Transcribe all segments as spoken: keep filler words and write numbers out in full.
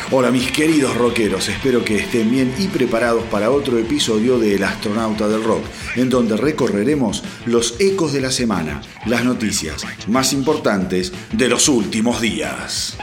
Hola mis queridos rockeros, espero que estén bien y preparados para otro episodio de El Astronauta del Rock, en donde recorreremos los ecos de la semana, las noticias más importantes de los últimos días.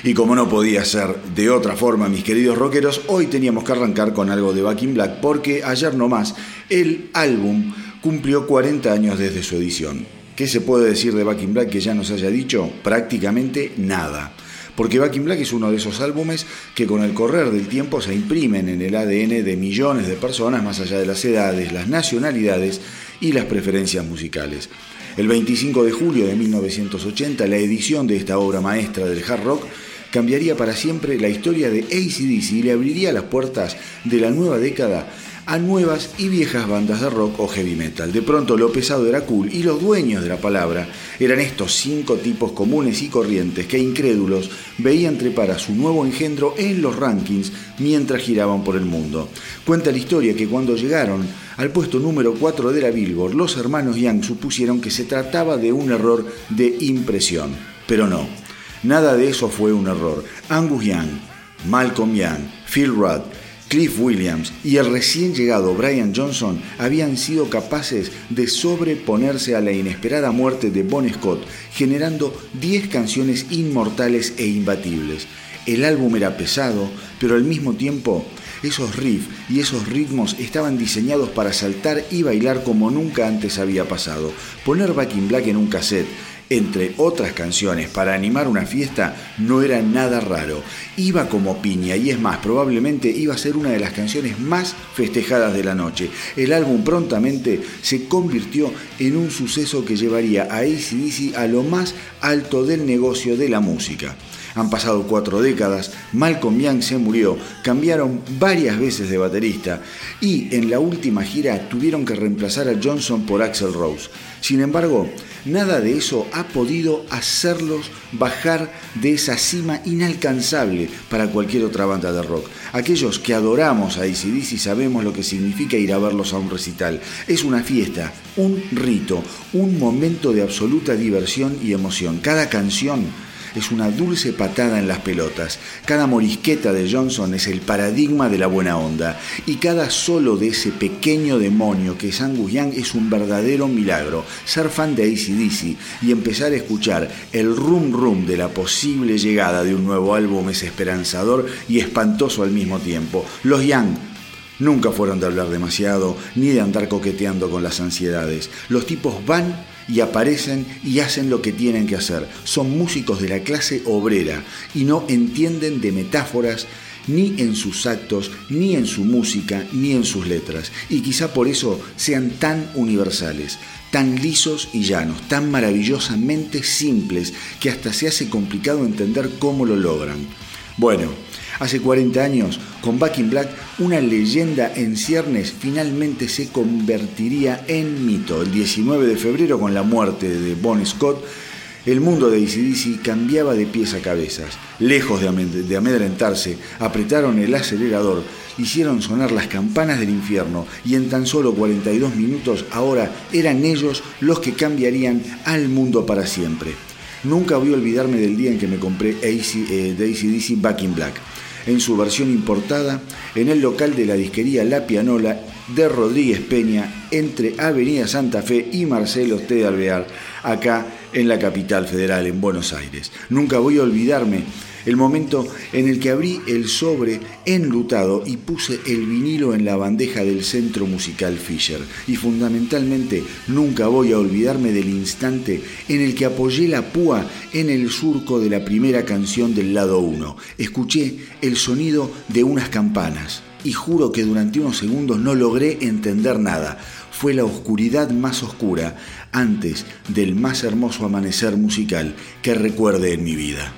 Y como no podía ser de otra forma, mis queridos rockeros, hoy teníamos que arrancar con algo de Back in Black, porque ayer nomás el álbum cumplió cuarenta años desde su edición. ¿Qué se puede decir de Back in Black que ya nos haya dicho? Prácticamente nada. Porque Back in Black es uno de esos álbumes que con el correr del tiempo se imprimen en el A D N de millones de personas, más allá de las edades, las nacionalidades y las preferencias musicales. El veinticinco de julio de mil novecientos ochenta, la edición de esta obra maestra del hard rock cambiaría para siempre la historia de A C D C y le abriría las puertas de la nueva década a nuevas y viejas bandas de rock o heavy metal. De pronto lo pesado era cool y los dueños de la palabra eran estos cinco tipos comunes y corrientes que incrédulos veían trepar a su nuevo engendro en los rankings mientras giraban por el mundo. Cuenta la historia que cuando llegaron al puesto número cuatro de la Billboard, los hermanos Young supusieron que se trataba de un error de impresión, pero no. Nada de eso fue un error. Angus Young, Malcolm Young, Phil Rudd, Cliff Williams y el recién llegado Brian Johnson habían sido capaces de sobreponerse a la inesperada muerte de Bon Scott, generando diez canciones inmortales e imbatibles. El álbum era pesado, pero al mismo tiempo esos riffs y esos ritmos estaban diseñados para saltar y bailar como nunca antes había pasado. Poner Back in Black en un cassette, entre otras canciones, para animar una fiesta, no era nada raro. Iba como piña y es más, probablemente iba a ser una de las canciones más festejadas de la noche. El álbum prontamente se convirtió en un suceso que llevaría a A C D C a lo más alto del negocio de la música. Han pasado cuatro décadas, Malcolm Young se murió, cambiaron varias veces de baterista y en la última gira tuvieron que reemplazar a Johnson por Axl Rose. Sin embargo, nada de eso ha podido hacerlos bajar de esa cima inalcanzable para cualquier otra banda de rock. Aquellos que adoramos a A C D C sabemos lo que significa ir a verlos a un recital. Es una fiesta, un rito, un momento de absoluta diversión y emoción. Cada canción es una dulce patada en las pelotas. Cada morisqueta de Johnson es el paradigma de la buena onda. Y cada solo de ese pequeño demonio que es Angus Young es un verdadero milagro. Ser fan de A C D C y empezar a escuchar el rum rum de la posible llegada de un nuevo álbum es esperanzador y espantoso al mismo tiempo. Los Young nunca fueron de hablar demasiado ni de andar coqueteando con las ansiedades. Los tipos van y aparecen y hacen lo que tienen que hacer. Son músicos de la clase obrera y no entienden de metáforas ni en sus actos, ni en su música, ni en sus letras. Y quizá por eso sean tan universales, tan lisos y llanos, tan maravillosamente simples que hasta se hace complicado entender cómo lo logran. Bueno, hace cuarenta años, con Back in Black, una leyenda en ciernes finalmente se convertiría en mito. El diecinueve de febrero, con la muerte de Bon Scott, el mundo de A C D C cambiaba de pies a cabezas. Lejos de, amed- de amedrentarse, apretaron el acelerador, hicieron sonar las campanas del infierno y en tan solo cuarenta y dos minutos ahora eran ellos los que cambiarían al mundo para siempre. Nunca voy a olvidarme del día en que me compré A C, eh, de A C D C Back in Black, en su versión importada, en el local de la disquería La Pianola de Rodríguez Peña, entre Avenida Santa Fe y Marcelo T. de Alvear, acá en la capital federal, en Buenos Aires. Nunca voy a olvidarme el momento en el que abrí el sobre enlutado y puse el vinilo en la bandeja del Centro Musical Fischer. Y fundamentalmente nunca voy a olvidarme del instante en el que apoyé la púa en el surco de la primera canción del lado uno. Escuché el sonido de unas campanas y juro que durante unos segundos no logré entender nada. Fue la oscuridad más oscura antes del más hermoso amanecer musical que recuerde en mi vida.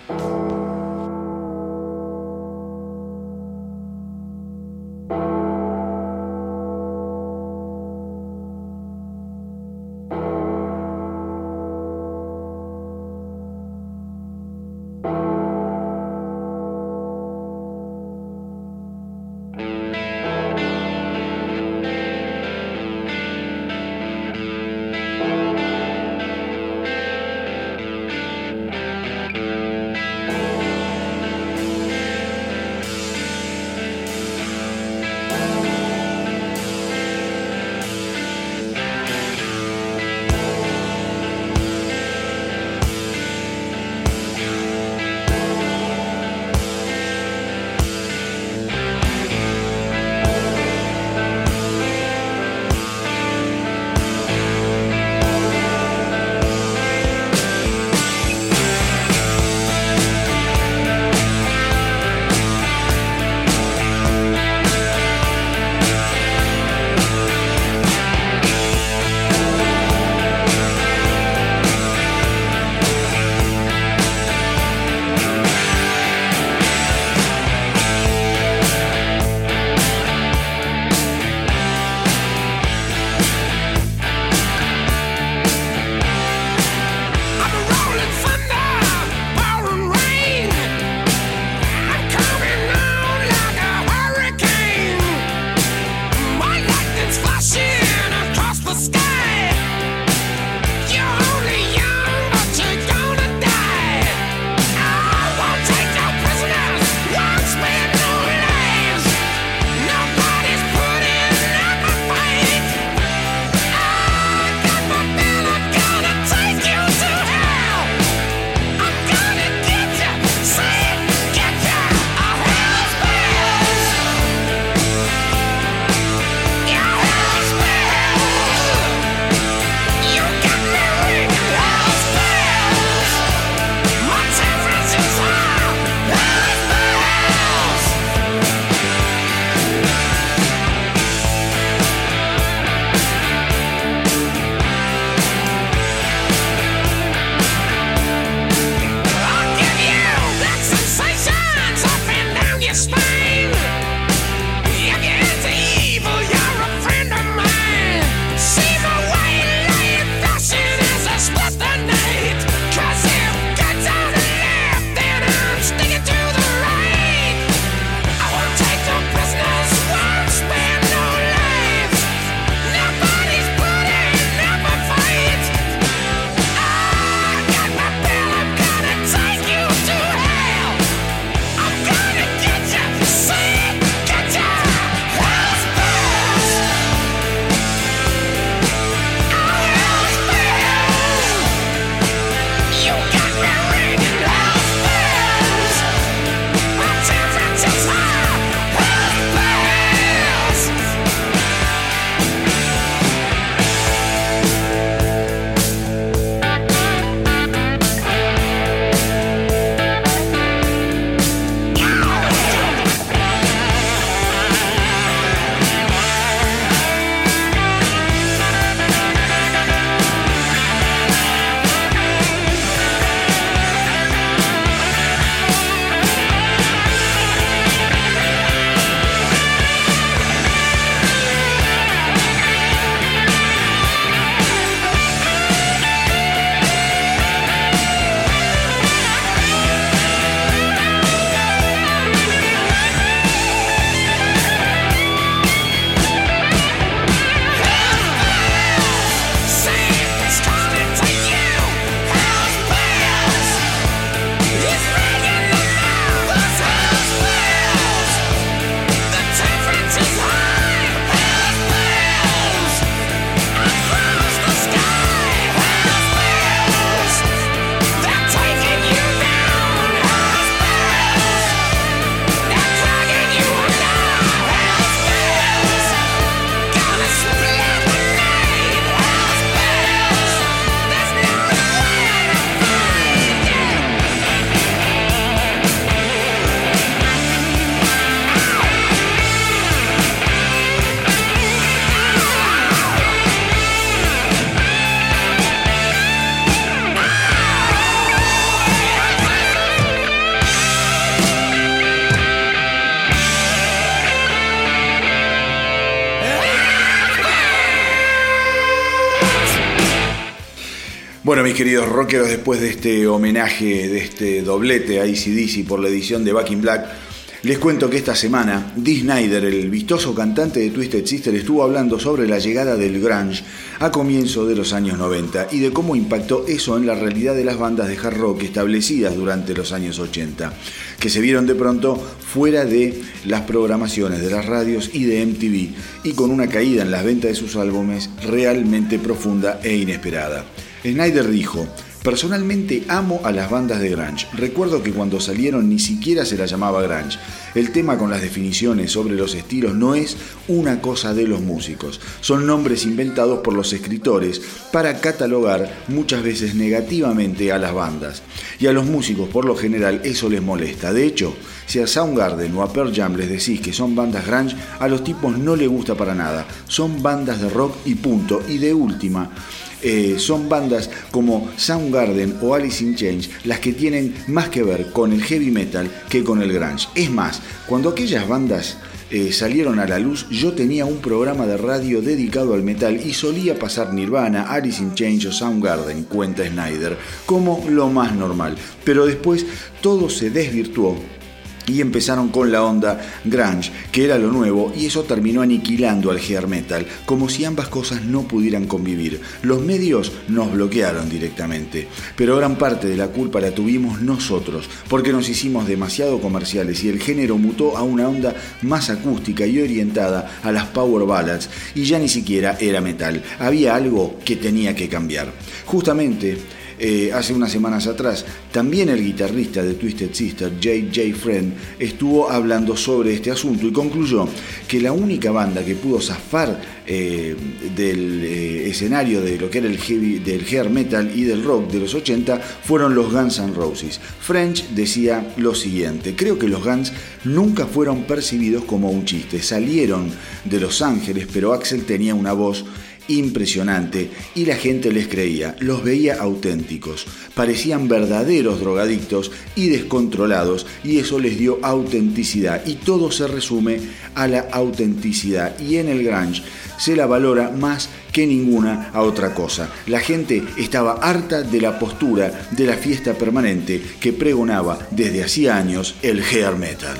Bueno, mis queridos rockeros, después de este homenaje, de este doblete a A C D C por la edición de Back in Black, les cuento que esta semana Dee Snider, el vistoso cantante de Twisted Sister, estuvo hablando sobre la llegada del grunge a comienzos de los años noventa y de cómo impactó eso en la realidad de las bandas de hard rock establecidas durante los años ochenta, que se vieron de pronto fuera de las programaciones de las radios y de M T V, y con una caída en las ventas de sus álbumes realmente profunda e inesperada. Snider dijo: personalmente amo a las bandas de grunge. Recuerdo que cuando salieron ni siquiera se las llamaba grunge. El tema con las definiciones sobre los estilos no es una cosa de los músicos. Son nombres inventados por los escritores para catalogar muchas veces negativamente a las bandas. Y a los músicos por lo general eso les molesta. De hecho, si a Soundgarden o a Pearl Jam les decís que son bandas grunge, a los tipos no les gusta para nada. Son bandas de rock y punto. Y de última, Eh, son bandas como Soundgarden o Alice in Chains las que tienen más que ver con el heavy metal que con el grunge. Es más, cuando aquellas bandas eh, salieron a la luz, yo tenía un programa de radio dedicado al metal y solía pasar Nirvana, Alice in Chains o Soundgarden, cuenta Snider, como lo más normal. Pero después todo se desvirtuó y empezaron con la onda grunge, que era lo nuevo, y eso terminó aniquilando al hair metal, como si ambas cosas no pudieran convivir. Los medios nos bloquearon directamente, pero gran parte de la culpa la tuvimos nosotros, porque nos hicimos demasiado comerciales y el género mutó a una onda más acústica y orientada a las power ballads, y ya ni siquiera era metal. Había algo que tenía que cambiar. Justamente, Eh, hace unas semanas atrás, también el guitarrista de Twisted Sister, J J Friend, estuvo hablando sobre este asunto y concluyó que la única banda que pudo zafar eh, del eh, escenario de lo que era el heavy, del hair metal y del rock de los ochenta fueron los Guns N' Roses. French decía lo siguiente: creo que los Guns nunca fueron percibidos como un chiste. Salieron de Los Ángeles, pero Axl tenía una voz impresionante y la gente les creía, los veía auténticos, parecían verdaderos drogadictos y descontrolados, y eso les dio autenticidad, y todo se resume a la autenticidad, y en el grunge se la valora más que ninguna a otra cosa. La gente estaba harta de la postura de la fiesta permanente que pregonaba desde hacía años el hair metal.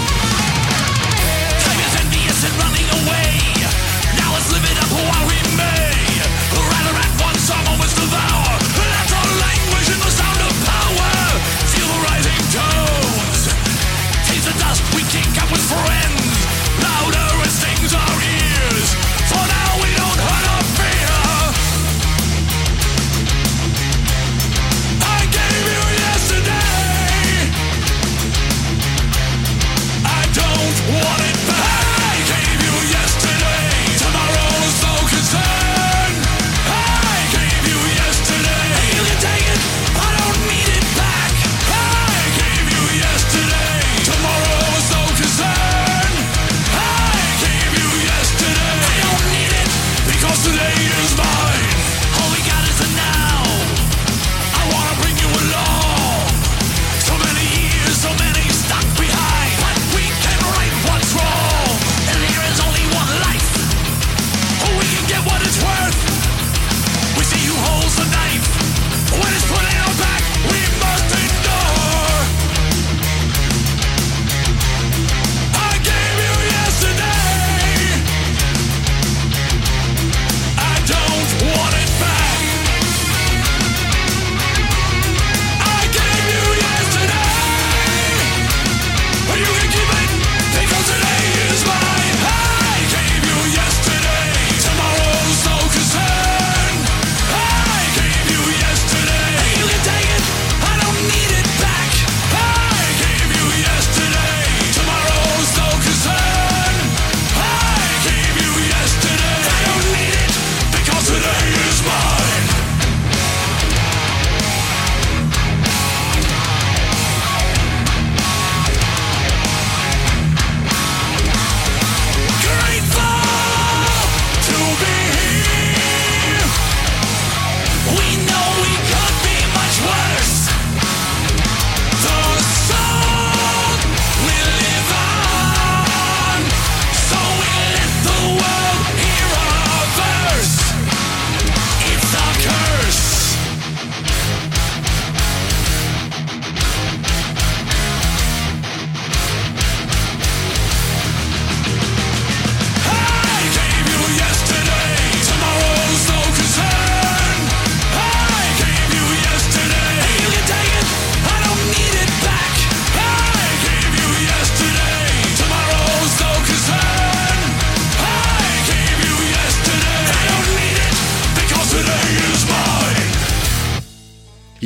Running away, now it's living up while we may.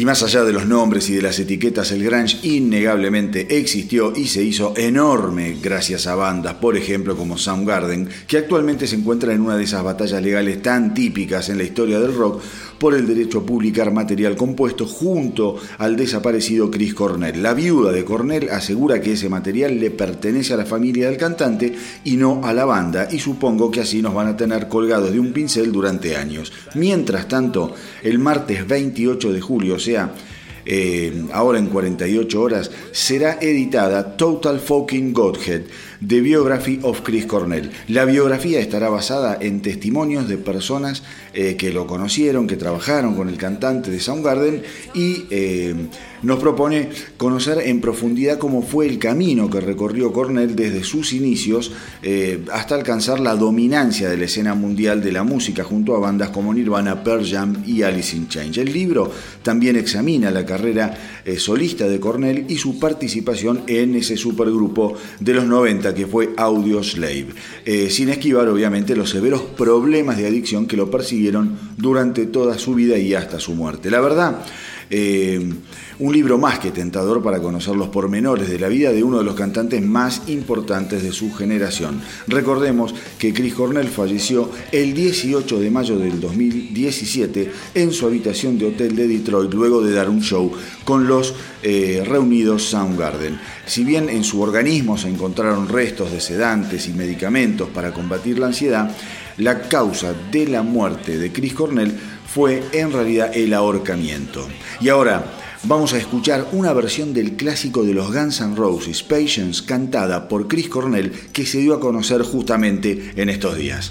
más allá de los nombres y de las etiquetas, el grunge innegablemente existió y se hizo enorme gracias a bandas, por ejemplo como Soundgarden, que actualmente se encuentra en una de esas batallas legales tan típicas en la historia del rock por el derecho a publicar material compuesto junto al desaparecido Chris Cornell. La viuda de Cornell asegura que ese material le pertenece a la familia del cantante y no a la banda, y supongo que así nos van a tener colgados de un pincel durante años. Mientras tanto, el martes veintiocho de julio, o sea, eh, ahora en cuarenta y ocho horas, será editada Total Fucking Godhead, The Biography of Chris Cornell. La biografía estará basada en testimonios de personas eh, que lo conocieron, que trabajaron con el cantante de Soundgarden, y eh, nos propone conocer en profundidad cómo fue el camino que recorrió Cornell desde sus inicios eh, hasta alcanzar la dominancia de la escena mundial de la música junto a bandas como Nirvana, Pearl Jam y Alice in Chains. El libro también examina la carrera eh, solista de Cornell y su participación en ese supergrupo de los noventa que fue Audioslave, eh, sin esquivar obviamente los severos problemas de adicción que lo persiguieron durante toda su vida y hasta su muerte. La verdad, eh, un libro más que tentador para conocer los pormenores de la vida de uno de los cantantes más importantes de su generación. Recordemos que Chris Cornell falleció el dieciocho de mayo del dos mil diecisiete en su habitación de hotel de Detroit luego de dar un show con los eh, reunidos Soundgarden. Si bien en su organismo se encontraron restos de sedantes y medicamentos para combatir la ansiedad, la causa de la muerte de Chris Cornell fue en realidad el ahorcamiento. Y ahora vamos a escuchar una versión del clásico de los Guns N' Roses, Patience, cantada por Chris Cornell, que se dio a conocer justamente en estos días.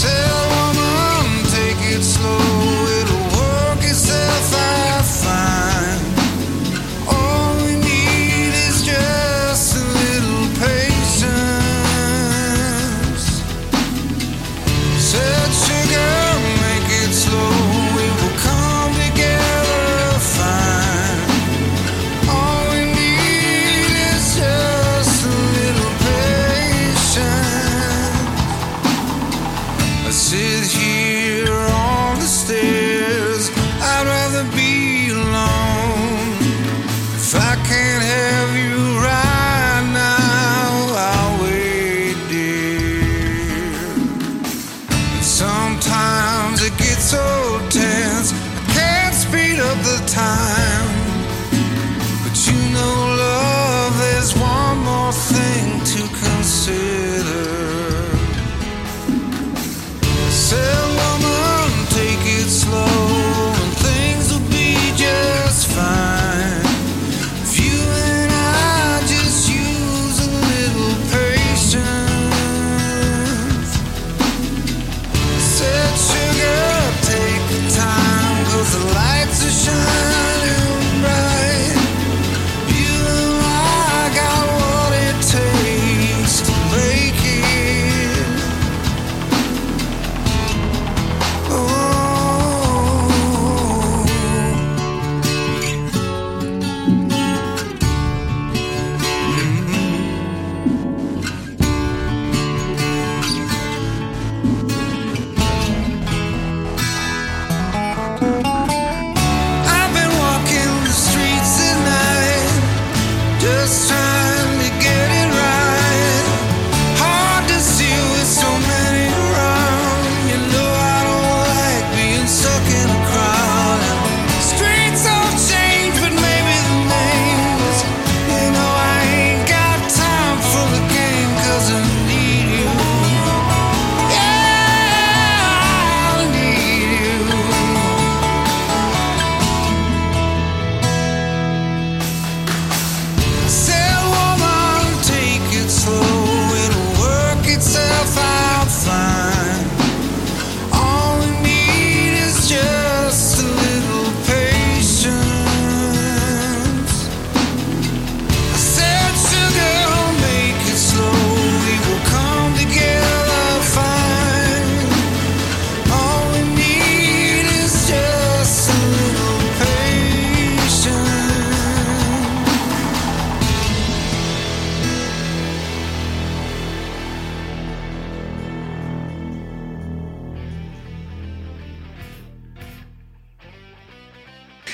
Slow, it'll work itself out fine.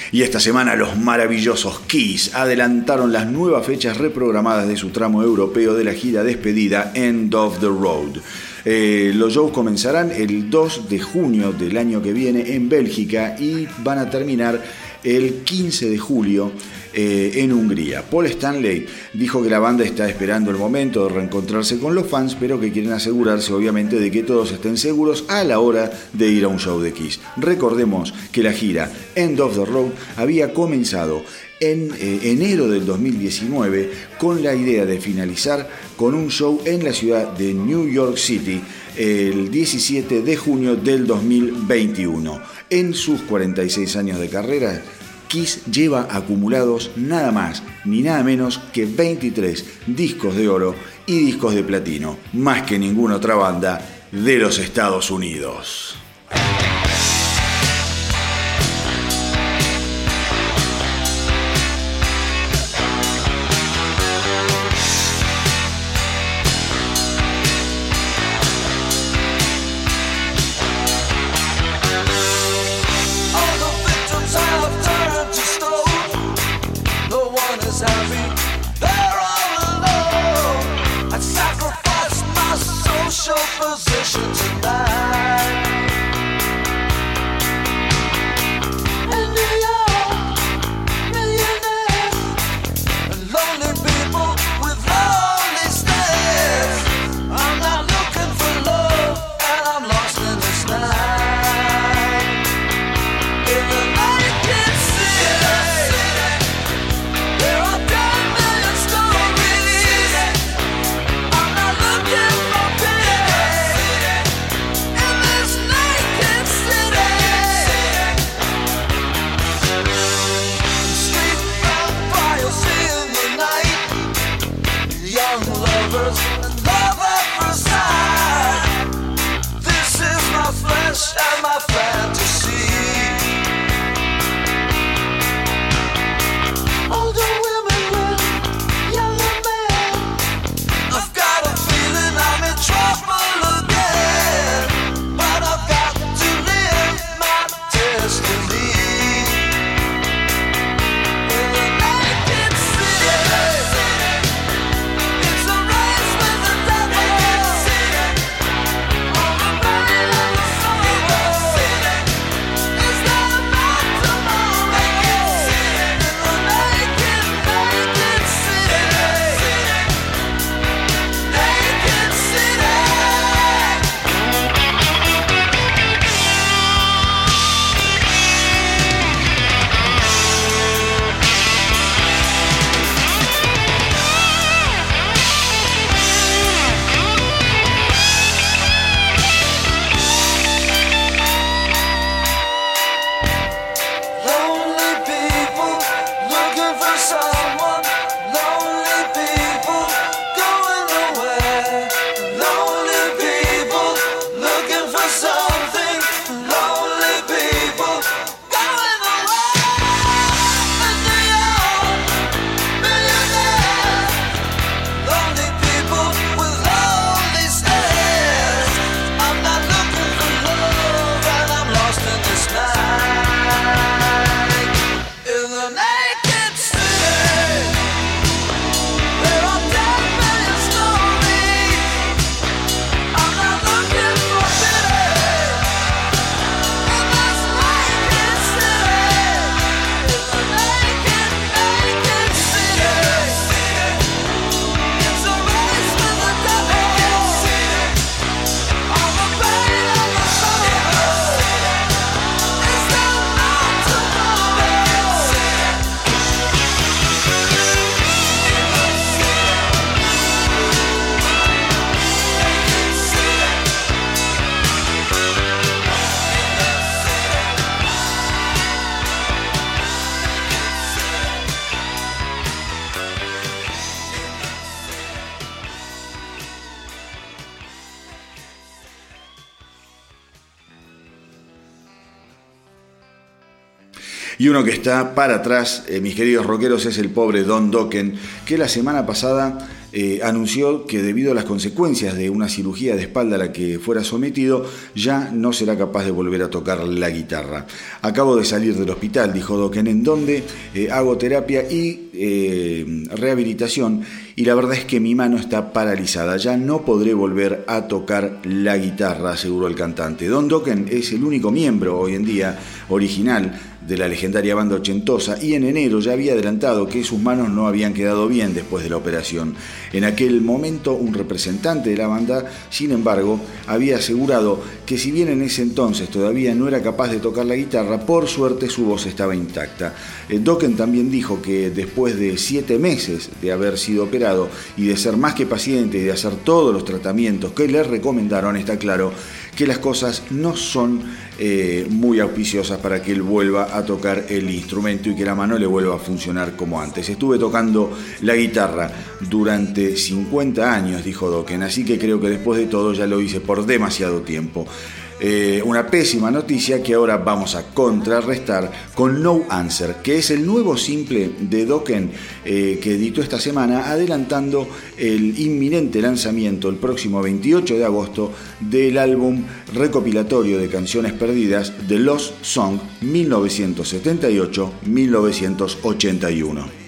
Y esta semana los maravillosos Kiss adelantaron las nuevas fechas reprogramadas de su tramo europeo de la gira despedida End of the Road. Eh, los shows comenzarán el dos de junio del año que viene en Bélgica y van a terminar el quince de julio eh, en Hungría. Paul Stanley dijo que la banda está esperando el momento de reencontrarse con los fans, pero que quieren asegurarse obviamente de que todos estén seguros a la hora de ir a un show de Kiss. Recordemos que la gira End of the Road había comenzado en eh, enero del dos mil diecinueve con la idea de finalizar con un show en la ciudad de New York City el diecisiete de junio del dos mil veintiuno. En sus cuarenta y seis años de carrera, Kiss lleva acumulados nada más ni nada menos que veintitrés discos de oro y discos de platino, más que ninguna otra banda de los Estados Unidos. Y uno que está para atrás, eh, mis queridos rockeros, es el pobre Don Dokken, que la semana pasada eh, anunció que debido a las consecuencias de una cirugía de espalda a la que fuera sometido, ya no será capaz de volver a tocar la guitarra. Acabo de salir del hospital, dijo Dokken, en donde eh, hago terapia y eh, rehabilitación, y la verdad es que mi mano está paralizada, ya no podré volver a tocar la guitarra, aseguró el cantante. Don Dokken es el único miembro hoy en día original de la legendaria banda ochentosa, y en enero ya había adelantado que sus manos no habían quedado bien después de la operación. En aquel momento, un representante de la banda, sin embargo, había asegurado que si bien en ese entonces todavía no era capaz de tocar la guitarra, por suerte su voz estaba intacta. Dokken también dijo que después de siete meses de haber sido operado y de ser más que paciente y de hacer todos los tratamientos que le recomendaron, está claro que las cosas no son eh, muy auspiciosas para que él vuelva a tocar el instrumento y que la mano le vuelva a funcionar como antes. Estuve tocando la guitarra durante cincuenta años, dijo Dokken, así que creo que después de todo ya lo hice por demasiado tiempo. Eh, una pésima noticia que ahora vamos a contrarrestar con No Answer, que es el nuevo simple de Dokken eh, que editó esta semana, adelantando el inminente lanzamiento el próximo veintiocho de agosto del álbum recopilatorio de canciones perdidas The Lost Song mil novecientos setenta y ocho a mil novecientos ochenta y uno.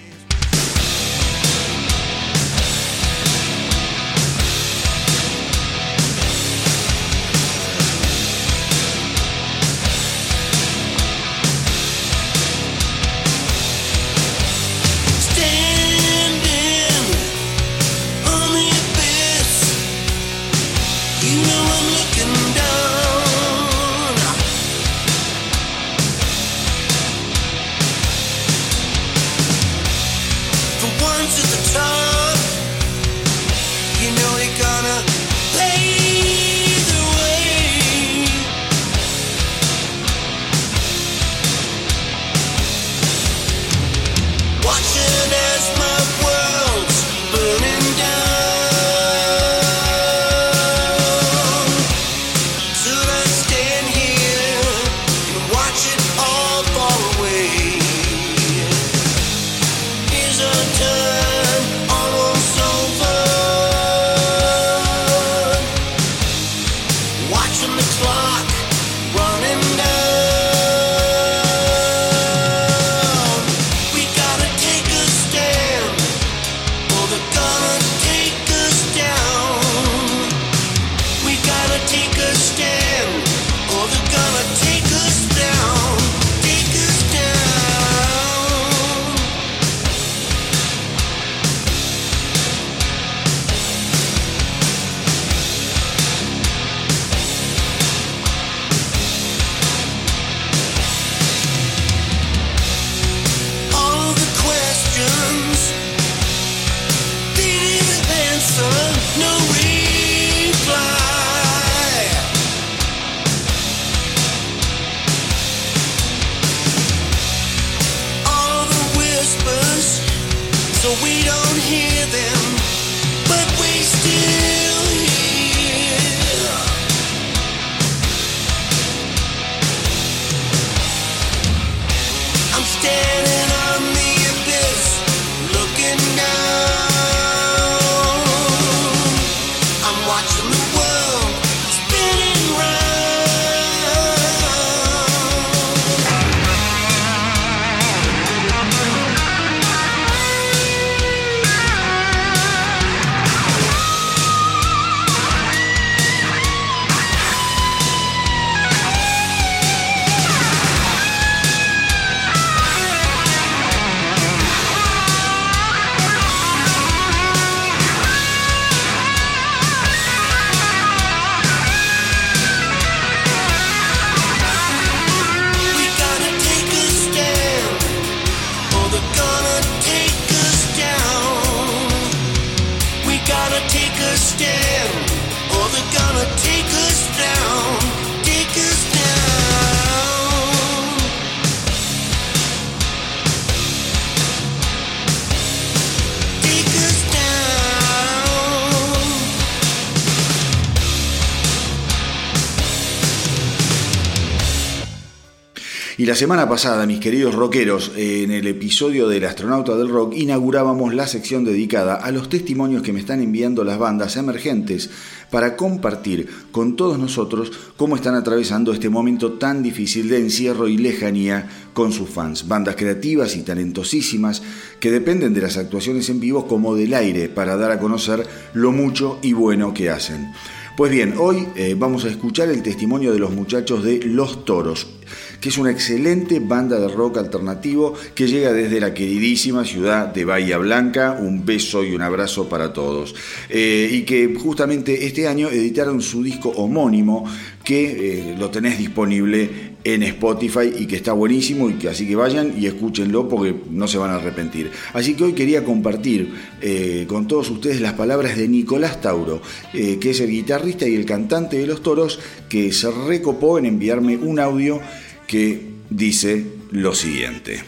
Y la semana pasada, mis queridos rockeros, en el episodio del Astronauta del Rock, inaugurábamos la sección dedicada a los testimonios que me están enviando las bandas emergentes para compartir con todos nosotros cómo están atravesando este momento tan difícil de encierro y lejanía con sus fans. Bandas creativas y talentosísimas que dependen de las actuaciones en vivo como del aire para dar a conocer lo mucho y bueno que hacen. Pues bien, hoy eh, vamos a escuchar el testimonio de los muchachos de Los Toros, que es una excelente banda de rock alternativo que llega desde la queridísima ciudad de Bahía Blanca. Un beso y un abrazo para todos. Eh, y que justamente este año editaron su disco homónimo, que eh, lo tenés disponible en Spotify y que está buenísimo, y que así que vayan y escúchenlo porque no se van a arrepentir. Así que hoy quería compartir eh, con todos ustedes las palabras de Nicolás Tauro, eh, que es el guitarrista y el cantante de Los Toros, que se recopó en enviarme un audio que dice lo siguiente.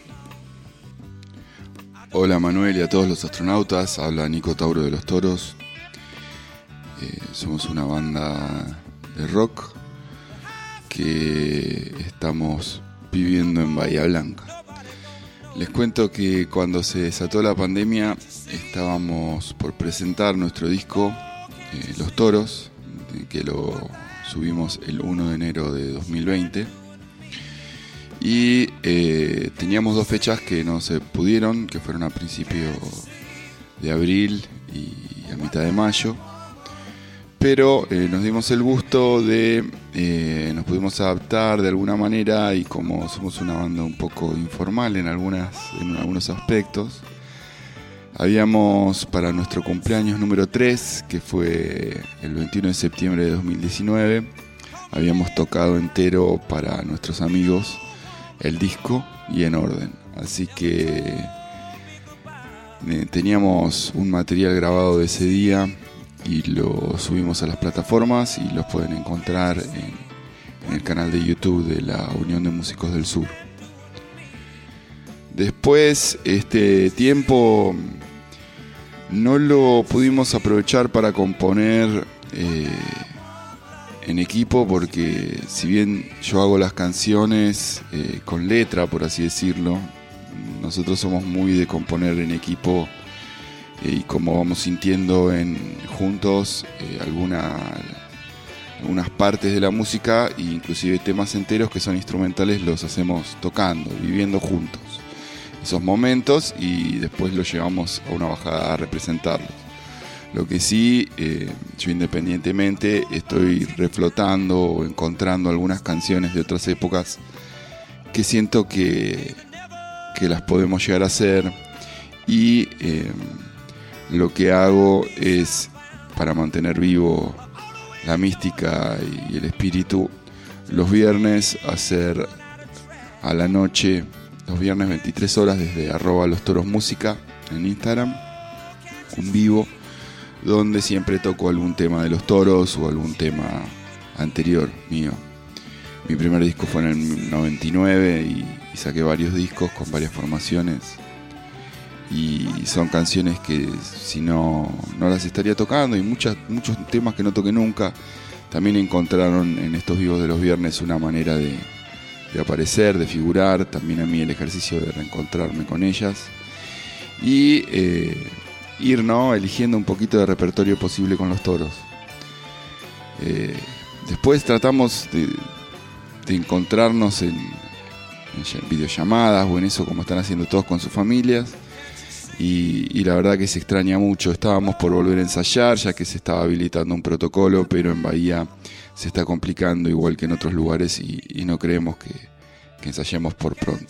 Hola Manuel y a todos los astronautas, habla Nico Tauro de Los Toros. Eh, somos una banda de rock que estamos viviendo en Bahía Blanca. Les cuento que cuando se desató la pandemia estábamos por presentar nuestro disco eh, Los Toros, que lo subimos el primero de enero de dos mil veinte. Y eh, teníamos dos fechas que no se pudieron, que fueron a principios de abril y a mitad de mayo. Pero eh, nos dimos el gusto de, eh, nos pudimos adaptar de alguna manera, y como somos una banda un poco informal en, algunas, en algunos aspectos, habíamos para nuestro cumpleaños número tres, que fue el veintiuno de septiembre de dos mil diecinueve, habíamos tocado entero para nuestros amigos el disco y en orden. Así que eh, teníamos un material grabado de ese día y lo subimos a las plataformas y los pueden encontrar en, en el canal de YouTube de la Unión de Músicos del Sur. Después, este tiempo no lo pudimos aprovechar para componer eh, en equipo, porque si bien yo hago las canciones eh, con letra, por así decirlo, nosotros somos muy de componer en equipo, eh, y como vamos sintiendo en juntos eh, alguna, algunas partes de la música, e inclusive temas enteros que son instrumentales, los hacemos tocando, viviendo juntos esos momentos, y después los llevamos a una bajada a representarlos. Lo que sí, eh, yo independientemente estoy reflotando o encontrando algunas canciones de otras épocas que siento que, que las podemos llegar a hacer, y eh, lo que hago es, para mantener vivo la mística y el espíritu, los viernes hacer a la noche, los viernes veintitrés horas, desde arroba los toros música en Instagram, un vivo, donde siempre toco algún tema de Los Toros o algún tema anterior mío. Mi primer disco fue en el noventa y nueve y, y saqué varios discos con varias formaciones, y son canciones que si no, no las estaría tocando, y muchas, muchos temas que no toqué nunca. También encontraron en estos vivos de los viernes una manera de, de aparecer, de figurar, también a mí el ejercicio de reencontrarme con ellas y eh, ir, ¿no?, eligiendo un poquito de repertorio posible con Los Toros. Eh, después tratamos de, de encontrarnos en, en videollamadas o en eso, como están haciendo todos con sus familias, y, y la verdad que se extraña mucho. Estábamos por volver a ensayar, ya que se estaba habilitando un protocolo, pero en Bahía se está complicando igual que en otros lugares, y, y no creemos que, que ensayemos por pronto.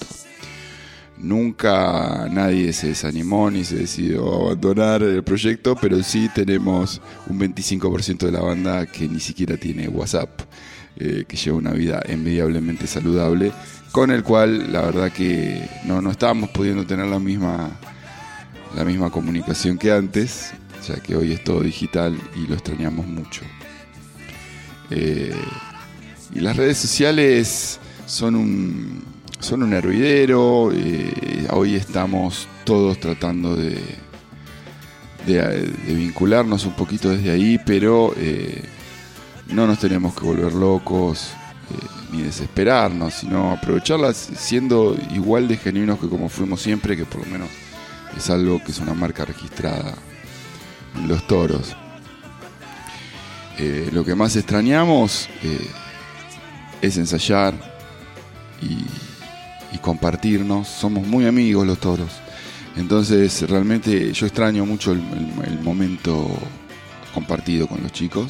Nunca nadie se desanimó ni se decidió abandonar el proyecto, pero sí tenemos un veinticinco por ciento de la banda que ni siquiera tiene WhatsApp, eh, que lleva una vida envidiablemente saludable, con el cual la verdad que no, no estábamos pudiendo tener la misma, la misma comunicación que antes, ya que hoy es todo digital y lo extrañamos mucho. Eh, y las redes sociales son un... Son un hervidero. Eh, hoy estamos todos tratando de, de, de vincularnos un poquito desde ahí, pero eh, no nos tenemos que volver locos. ni desesperarnos, sino aprovecharlas siendo igual de genuinos que como fuimos siempre, que por lo menos es algo que es una marca registrada en los toros. Eh, lo que más extrañamos eh, es ensayar y, y compartirnos. Somos muy amigos los toros, entonces realmente yo extraño mucho el, el, el momento compartido con los chicos.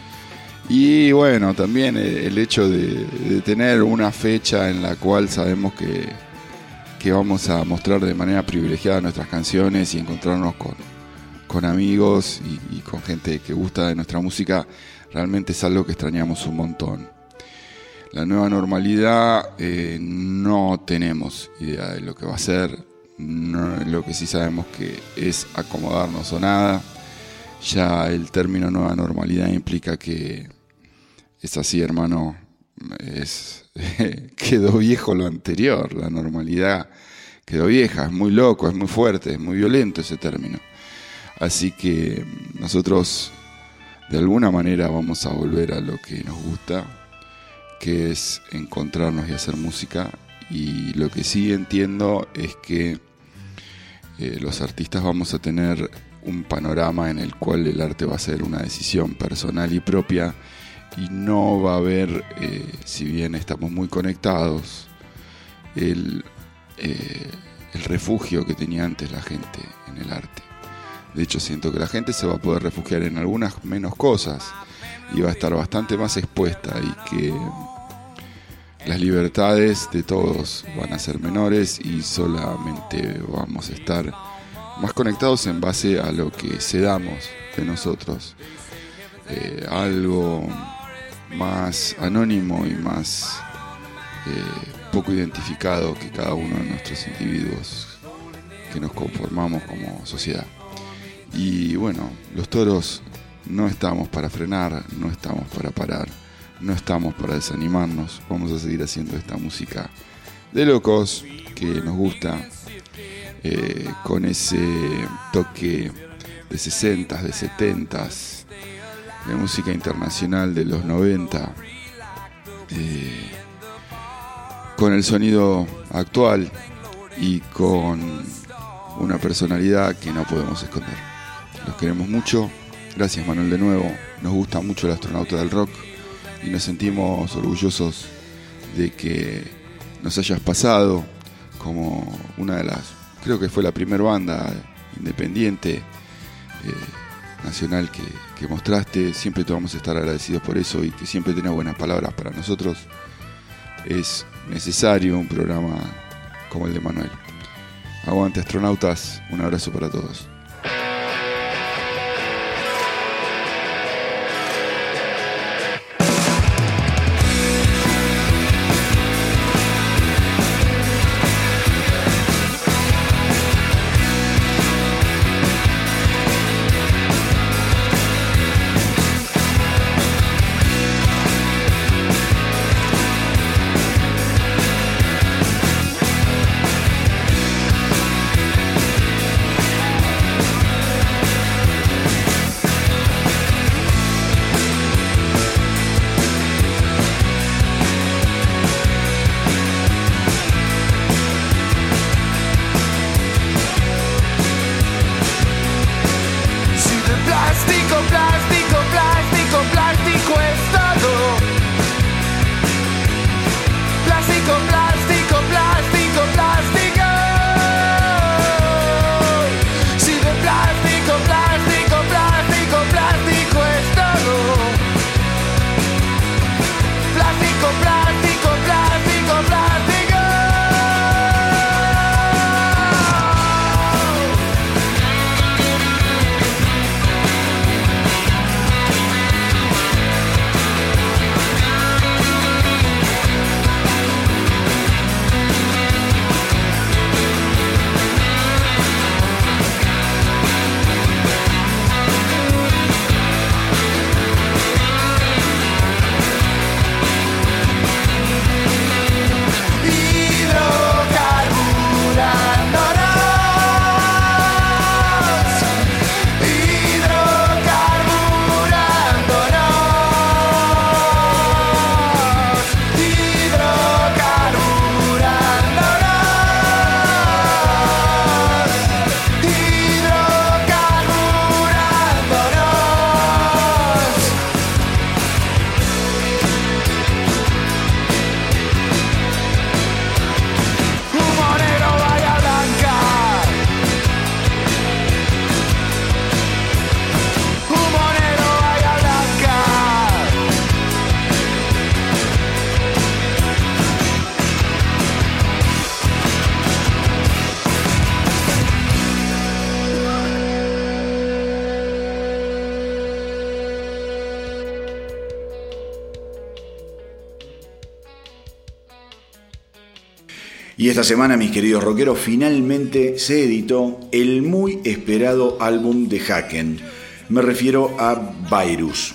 Y bueno, también el hecho de, de tener una fecha en la cual sabemos que, que vamos a mostrar de manera privilegiada nuestras canciones y encontrarnos con, con amigos y, y con gente que gusta de nuestra música, realmente es algo que extrañamos un montón. La nueva normalidad, eh, no tenemos idea de lo que va a ser, no, lo que sí sabemos que es acomodarnos o nada. Ya el término nueva normalidad implica que es así, hermano, es, quedó viejo lo anterior, la normalidad quedó vieja, es muy loco, es muy fuerte, es muy violento ese término. Así que nosotros de alguna manera vamos a volver a lo que nos gusta, que es encontrarnos y hacer música. Y lo que sí entiendo es que eh, los artistas vamos a tener un panorama en el cual el arte va a ser una decisión personal y propia, y no va a haber, eh, si bien estamos muy conectados, el, eh, el refugio que tenía antes la gente en el arte. De hecho, siento que la gente se va a poder refugiar en algunas menos cosas y va a estar bastante más expuesta, y que las libertades de todos van a ser menores y solamente vamos a estar más conectados en base a lo que cedamos de nosotros. Eh, algo más anónimo y más eh, poco identificado que cada uno de nuestros individuos que nos conformamos como sociedad. Y bueno, los toros no estamos para frenar, no estamos para parar, no estamos para desanimarnos. Vamos a seguir haciendo esta música de locos que nos gusta, eh, con ese toque de sesentas, de setentas, de música internacional de los noventa, eh, con el sonido actual y con una personalidad que no podemos esconder. Los queremos mucho. Gracias, Manuel, de nuevo. Nos gusta mucho el Astronauta del Rock y nos sentimos orgullosos de que nos hayas pasado como una de las, creo que fue la primera banda independiente eh, nacional que, que mostraste. Siempre te vamos a estar agradecidos por eso, y que siempre tenés buenas palabras para nosotros. Es necesario un programa como el de Manuel. Aguante, astronautas. Un abrazo para todos. Y esta semana, mis queridos rockeros, finalmente se editó el muy esperado álbum de Haken. Me refiero a Virus.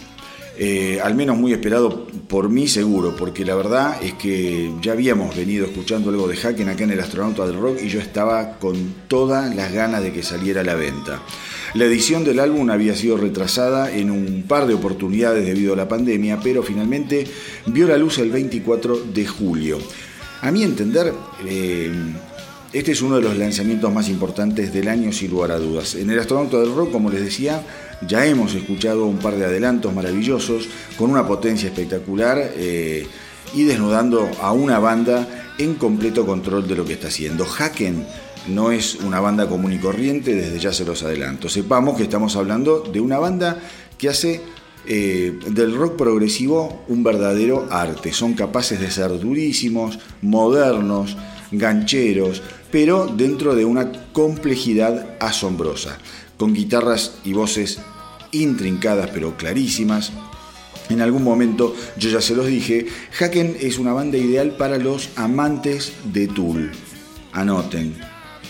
Eh, al menos muy esperado por mí seguro, porque la verdad es que ya habíamos venido escuchando algo de Haken acá en el Astronauta del Rock y yo estaba con todas las ganas de que saliera a la venta. La edición del álbum había sido retrasada en un par de oportunidades debido a la pandemia, pero finalmente vio la luz el veinticuatro de julio. A mi entender, eh, este es uno de los lanzamientos más importantes del año sin lugar a dudas. En el Astronauta del Rock, como les decía, ya hemos escuchado un par de adelantos maravillosos con una potencia espectacular eh, y desnudando a una banda en completo control de lo que está haciendo. Haken no es una banda común y corriente, desde ya se los adelanto. Sepamos que estamos hablando de una banda que hace eh, del rock progresivo un verdadero arte. Son capaces de ser durísimos, modernos, gancheros, pero dentro de una complejidad asombrosa, con guitarras y voces intrincadas pero clarísimas. En algún momento, yo ya se los dije, Haken es una banda ideal para los amantes de Tool. Anoten.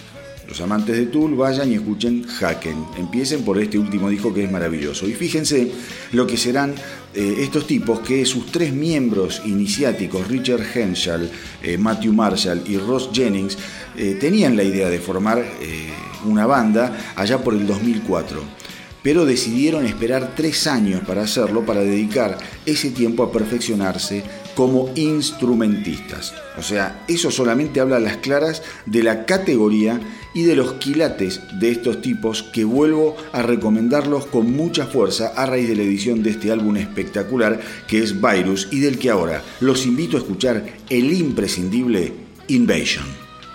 Los amantes de Tool, vayan y escuchen Haken. Empiecen por este último disco que es maravilloso. Y fíjense lo que serán eh, estos tipos, que sus tres miembros iniciáticos, Richard Henshaw, eh, Matthew Marshall y Ross Jennings, eh, tenían la idea de formar eh, una banda allá por el dos mil cuatro. Pero decidieron esperar tres años para hacerlo, para dedicar ese tiempo a perfeccionarse como instrumentistas. O sea, eso solamente habla a las claras de la categoría y de los quilates de estos tipos, que vuelvo a recomendarlos con mucha fuerza a raíz de la edición de este álbum espectacular que es Virus, y del que ahora los invito a escuchar el imprescindible Invasion.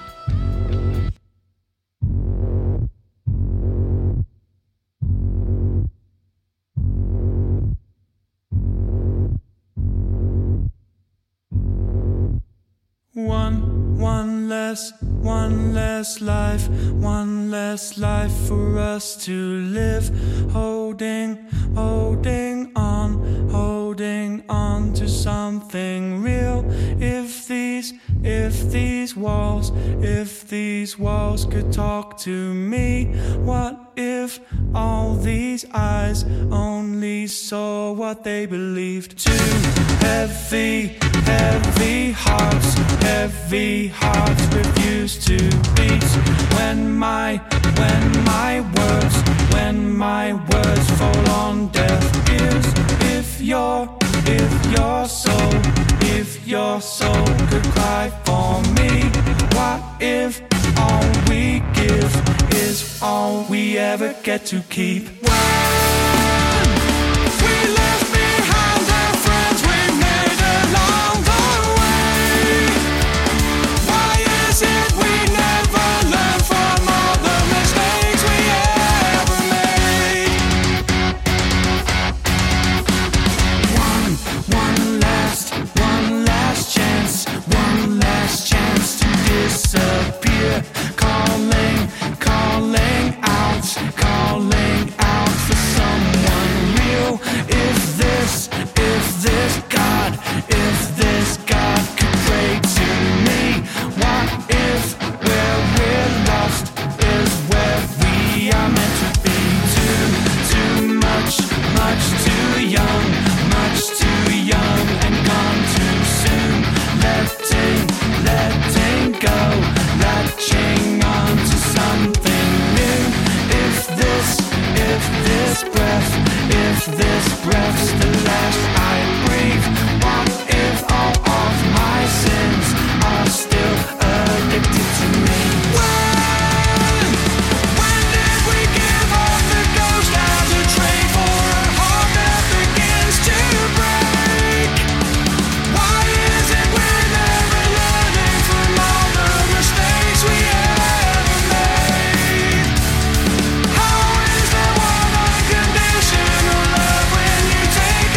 One, one less, one less life, one less life for us to live. Holding, holding on, holding on to something real. If these, if these walls, if these walls could talk to me, what if all these eyes only saw what they believed? Too heavy, heavy hearts, heavy hearts refuse to beat. When my, when my words, when my words fall on deaf ears. If your, if your soul, if your soul could cry for me, what if all we give is all we ever get to keep? When we left behind the friends we made along the way, why is it we never learn from all the mistakes we ever made? One, one last, one last chance, one last chance to disappear. Calling, calling out, calling out for someone real. If this, if this God, if this God could pray to me, what if where we're lost is where we are meant to be? Too, too much, much too young, much too young and gone too soon. Letting, letting go, latching on to something new. If this, if this breath, if this breath's the last I breathe, what if all of my sins are still addicted to me? When, when did we give up the ghost as a trade for a heart that begins to break? Why is it we're never learning from all the mistakes we ever made? How is there one unconditional love when you take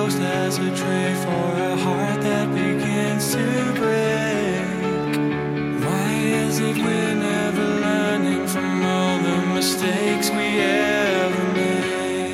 ghost has a tray for a heart that begins to break. Why is it we're never learning from all the mistakes we ever made?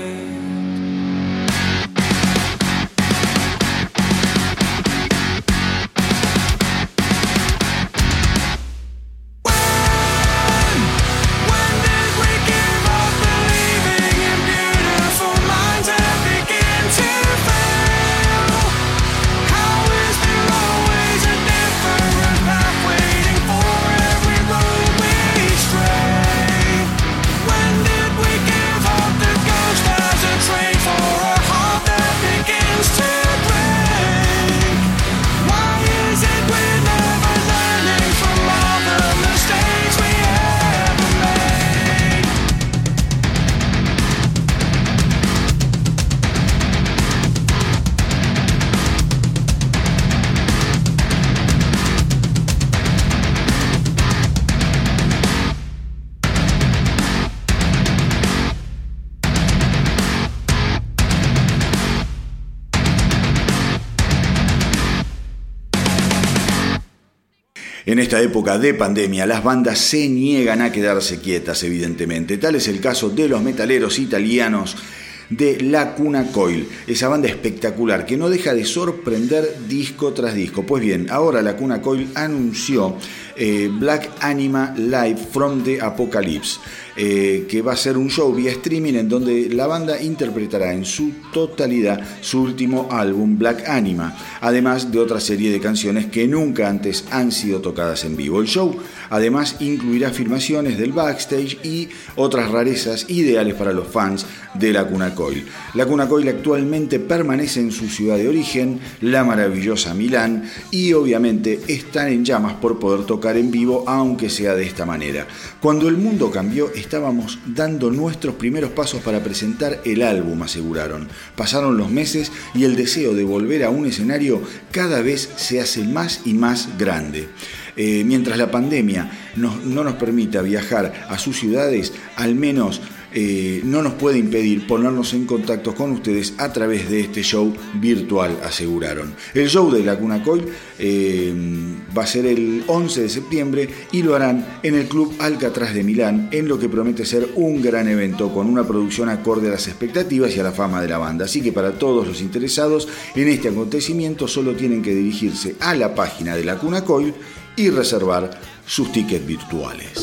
En esta época de pandemia, las bandas se niegan a quedarse quietas, evidentemente. Tal es el caso de los metaleros italianos de Lacuna Coil, esa banda espectacular que no deja de sorprender disco tras disco. Pues bien, ahora Lacuna Coil anunció eh, Black Anima Live from the Apocalypse, eh, que va a ser un show vía streaming en donde la banda interpretará en su totalidad su último álbum Black Anima, además de otra serie de canciones que nunca antes han sido tocadas en vivo. El show además incluirá filmaciones del backstage y otras rarezas ideales para los fans de Lacuna Coil. Lacuna Coil actualmente permanece en su ciudad de origen, la maravillosa Milán, y obviamente están en llamas por poder tocar en vivo, aunque sea de esta manera. Cuando el mundo cambió, estábamos dando nuestros primeros pasos para presentar el álbum, aseguraron. Pasaron los meses y el deseo de volver a un escenario cada vez se hace más y más grande. Eh, mientras la pandemia no, no nos permita viajar a sus ciudades, al menos Eh, no nos puede impedir ponernos en contacto con ustedes a través de este show virtual, aseguraron. El show de Lacuna Coil eh, va a ser el once de septiembre y lo harán en el Club Alcatraz de Milán, en lo que promete ser un gran evento con una producción acorde a las expectativas y a la fama de la banda. Así que para todos los interesados en este acontecimiento solo tienen que dirigirse a la página de Lacuna Coil y reservar sus tickets virtuales.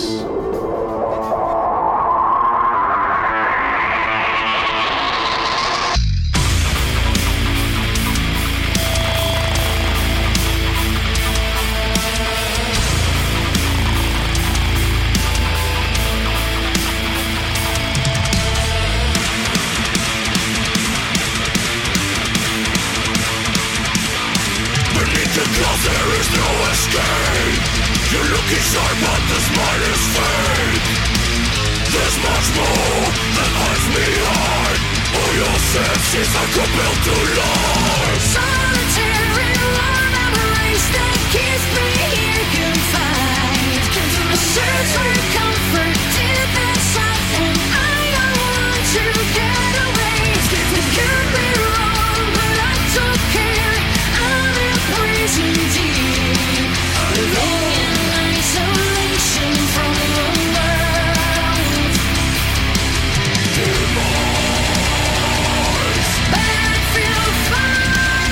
Battlefield five.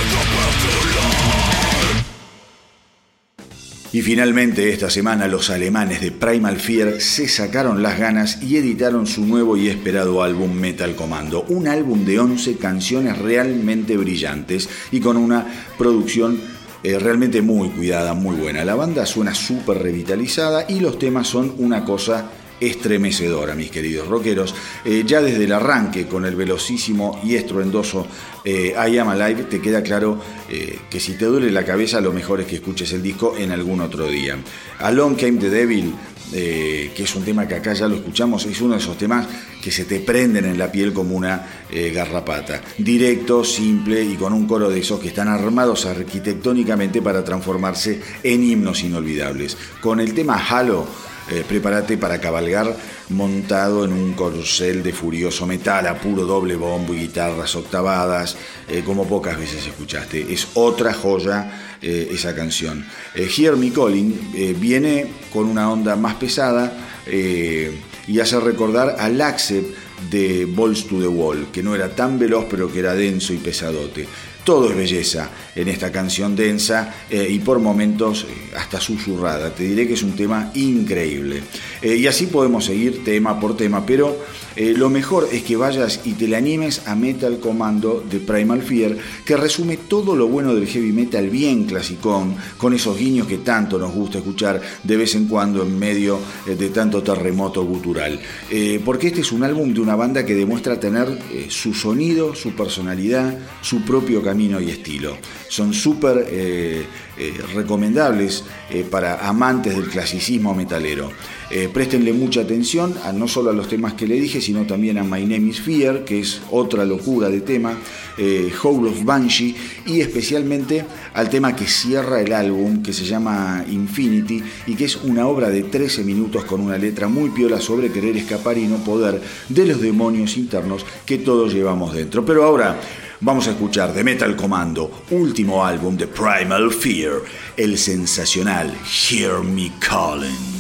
Y finalmente esta semana los alemanes de Primal Fear se sacaron las ganas y editaron su nuevo y esperado álbum Metal Commando, un álbum de once canciones realmente brillantes y con una producción eh, realmente muy cuidada, muy buena. La banda suena súper revitalizada y los temas son una cosa estremecedora, mis queridos rockeros. Eh, ya desde el arranque con el velocísimo y estruendoso eh, I Am Alive te queda claro eh, que si te duele la cabeza lo mejor es que escuches el disco en algún otro día. Along Came the Devil, eh, que es un tema que acá ya lo escuchamos, es uno de esos temas que se te prenden en la piel como una eh, garrapata. Directo, simple y con un coro de esos que están armados arquitectónicamente para transformarse en himnos inolvidables. Con el tema Halo, Eh, prepárate para cabalgar montado en un corcel de furioso metal a puro doble bombo y guitarras octavadas, eh, como pocas veces escuchaste. Es otra joya eh, esa canción. Eh, Hear Me Calling eh, viene con una onda más pesada eh, y hace recordar al Accept de Balls to the Wall, que no era tan veloz pero que era denso y pesadote. Todo es belleza en esta canción densa eh, y por momentos eh, hasta susurrada. Te diré que es un tema increíble. Eh, y así podemos seguir tema por tema, pero eh, lo mejor es que vayas y te le animes a Metal Commando de Primal Fear, que resume todo lo bueno del heavy metal bien clasicón, con esos guiños que tanto nos gusta escuchar de vez en cuando en medio eh, de tanto terremoto gutural. Eh, porque este es un álbum de una banda que demuestra tener eh, su sonido, su personalidad, su propio camino y estilo. Son súper eh, eh, recomendables eh, para amantes del clasicismo metalero. Eh, préstenle mucha atención a, no solo a los temas que le dije, sino también a My Name is Fear, que es otra locura de tema, eh, Howl of Banshee, y especialmente al tema que cierra el álbum, que se llama Infinity, y que es una obra de trece minutos con una letra muy piola sobre querer escapar y no poder de los demonios internos que todos llevamos dentro. Pero ahora vamos a escuchar de Metal Commando, último álbum de Primal Fear, el sensacional Hear Me Calling.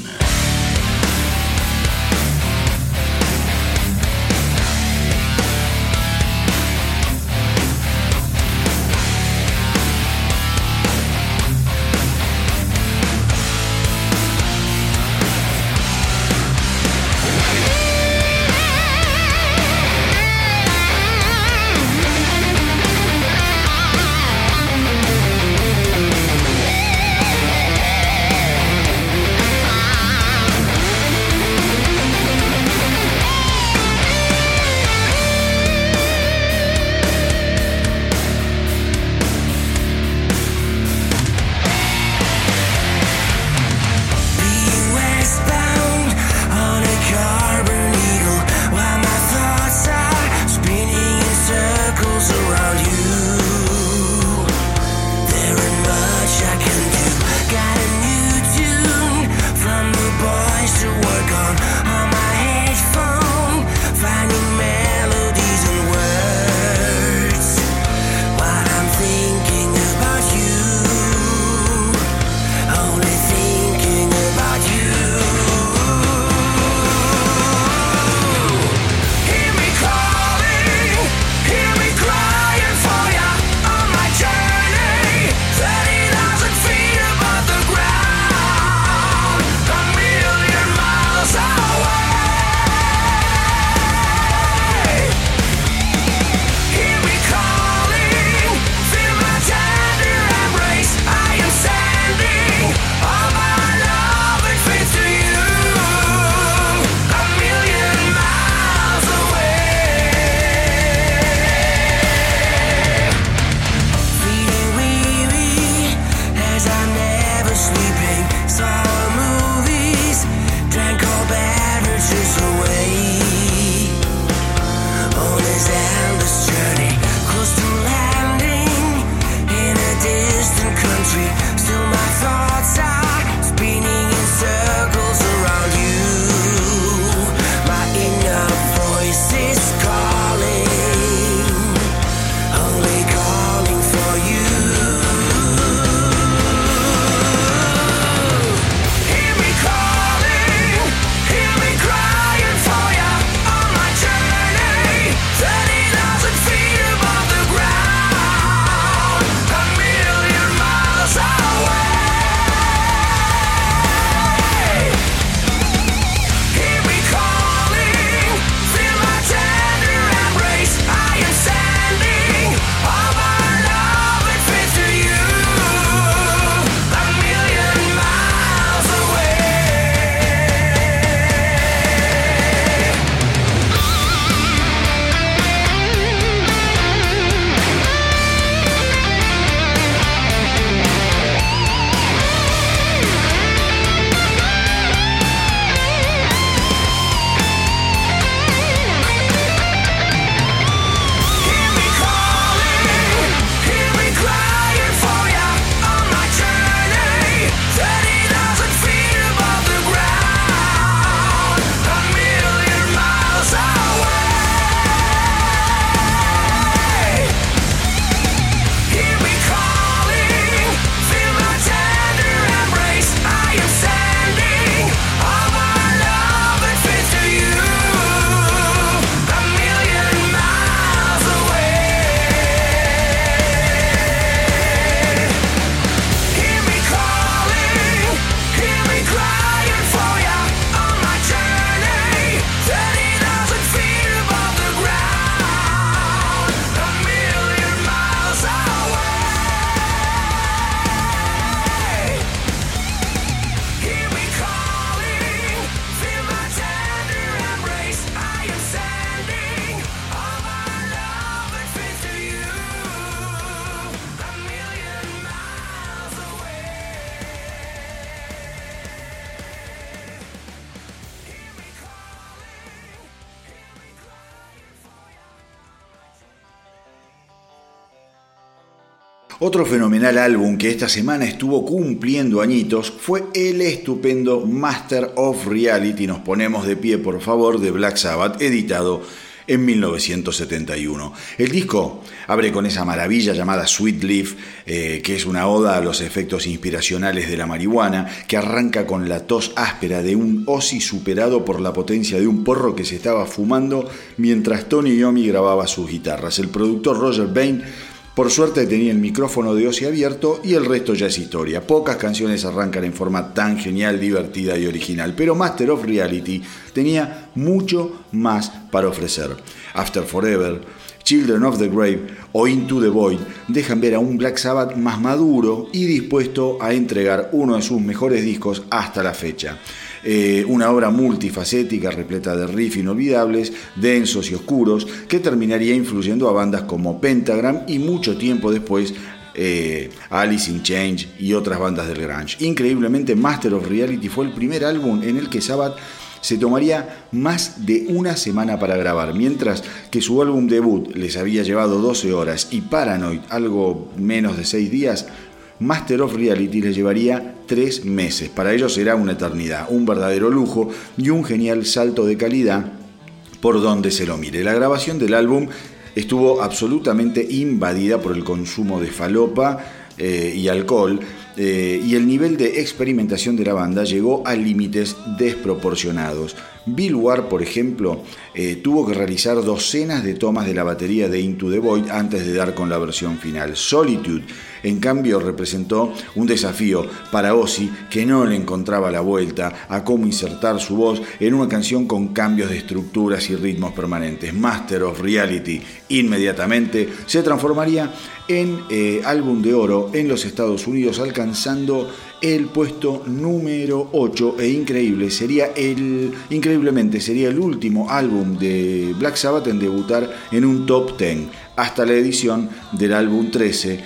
Otro fenomenal álbum que esta semana estuvo cumpliendo añitos fue el estupendo Master of Reality, nos ponemos de pie por favor, de Black Sabbath, editado en mil novecientos setenta y uno. El disco abre con esa maravilla llamada Sweet Leaf, eh, que es una oda a los efectos inspiracionales de la marihuana, que arranca con la tos áspera de un Ozzy superado por la potencia de un porro que se estaba fumando mientras Tony Iommi grababa sus guitarras. El productor Roger Bain, por suerte, tenía el micrófono de Ozzy abierto y el resto ya es historia. Pocas canciones arrancan en forma tan genial, divertida y original, pero Master of Reality tenía mucho más para ofrecer. After Forever, Children of the Grave o Into the Void dejan ver a un Black Sabbath más maduro y dispuesto a entregar uno de sus mejores discos hasta la fecha. Eh, una obra multifacética, repleta de riffs inolvidables, densos y oscuros, que terminaría influyendo a bandas como Pentagram y mucho tiempo después eh, Alice in Chains y otras bandas del grunge. Increíblemente, Master of Reality fue el primer álbum en el que Sabbath se tomaría más de una semana para grabar, mientras que su álbum debut les había llevado doce horas y Paranoid algo menos de seis días. Master of Reality les llevaría tres meses. Para ellos será una eternidad, un verdadero lujo y un genial salto de calidad por donde se lo mire. La grabación del álbum estuvo absolutamente invadida por el consumo de falopa eh, y alcohol, eh, y el nivel de experimentación de la banda llegó a límites desproporcionados. Bill Ward, por ejemplo, eh, tuvo que realizar docenas de tomas de la batería de Into the Void antes de dar con la versión final. Solitude, en cambio, representó un desafío para Ozzy, que no le encontraba la vuelta a cómo insertar su voz en una canción con cambios de estructuras y ritmos permanentes. Master of Reality inmediatamente se transformaría en eh, álbum de oro en los Estados Unidos, alcanzando el puesto número ocho, e increíble sería el increíblemente sería el último álbum de Black Sabbath en debutar en un top diez, hasta la edición del álbum trece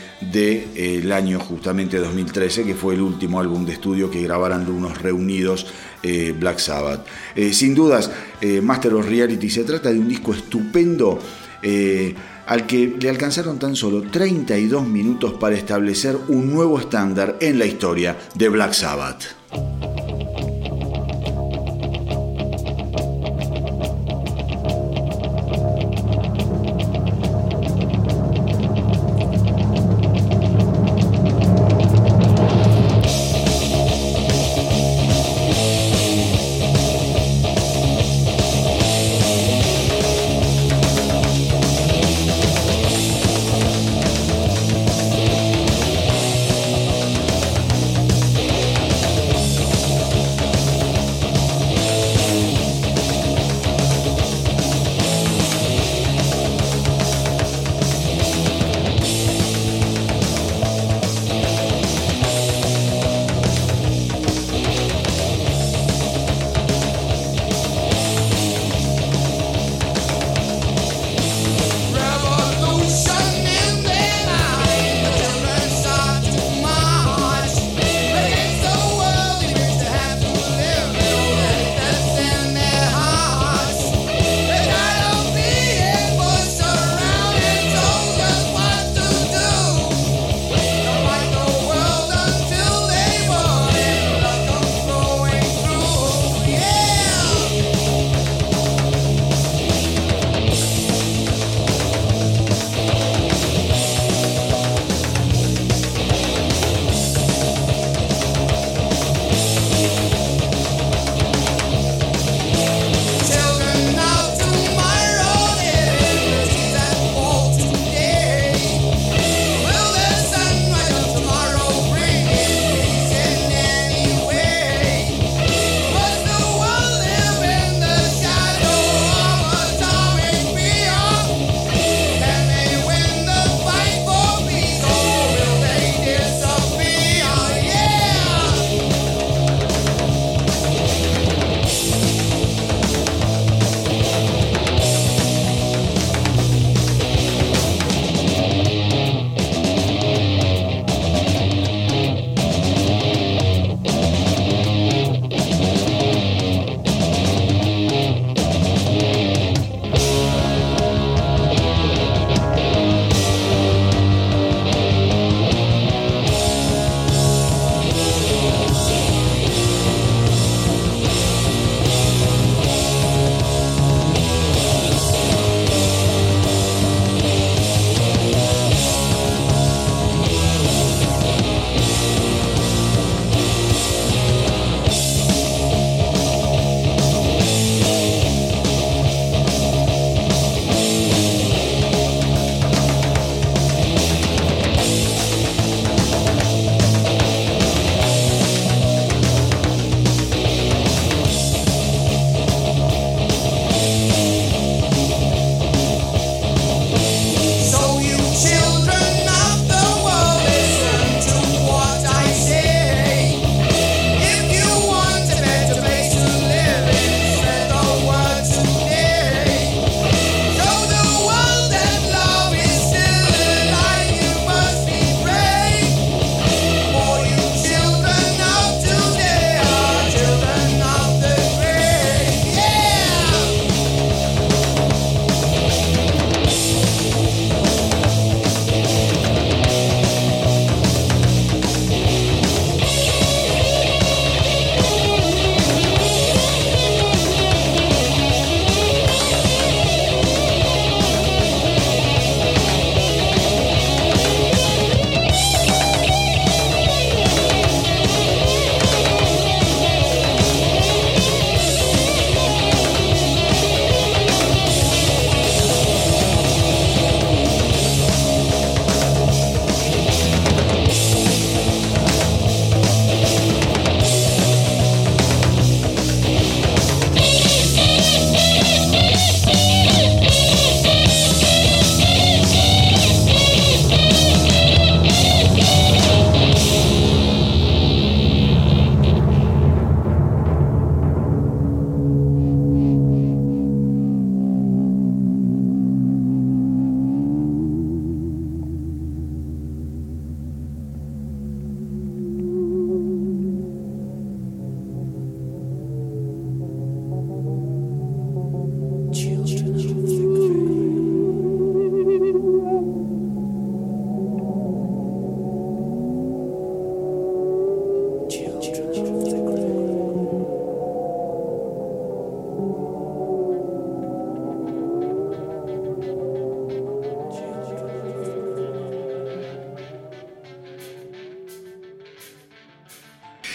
del año justamente dos mil trece, que fue el último álbum de estudio que grabaran unos reunidos eh, Black Sabbath. Eh, sin dudas, eh, Master of Reality se trata de un disco estupendo, eh, al que le alcanzaron tan solo treinta y dos minutos para establecer un nuevo estándar en la historia de Black Sabbath.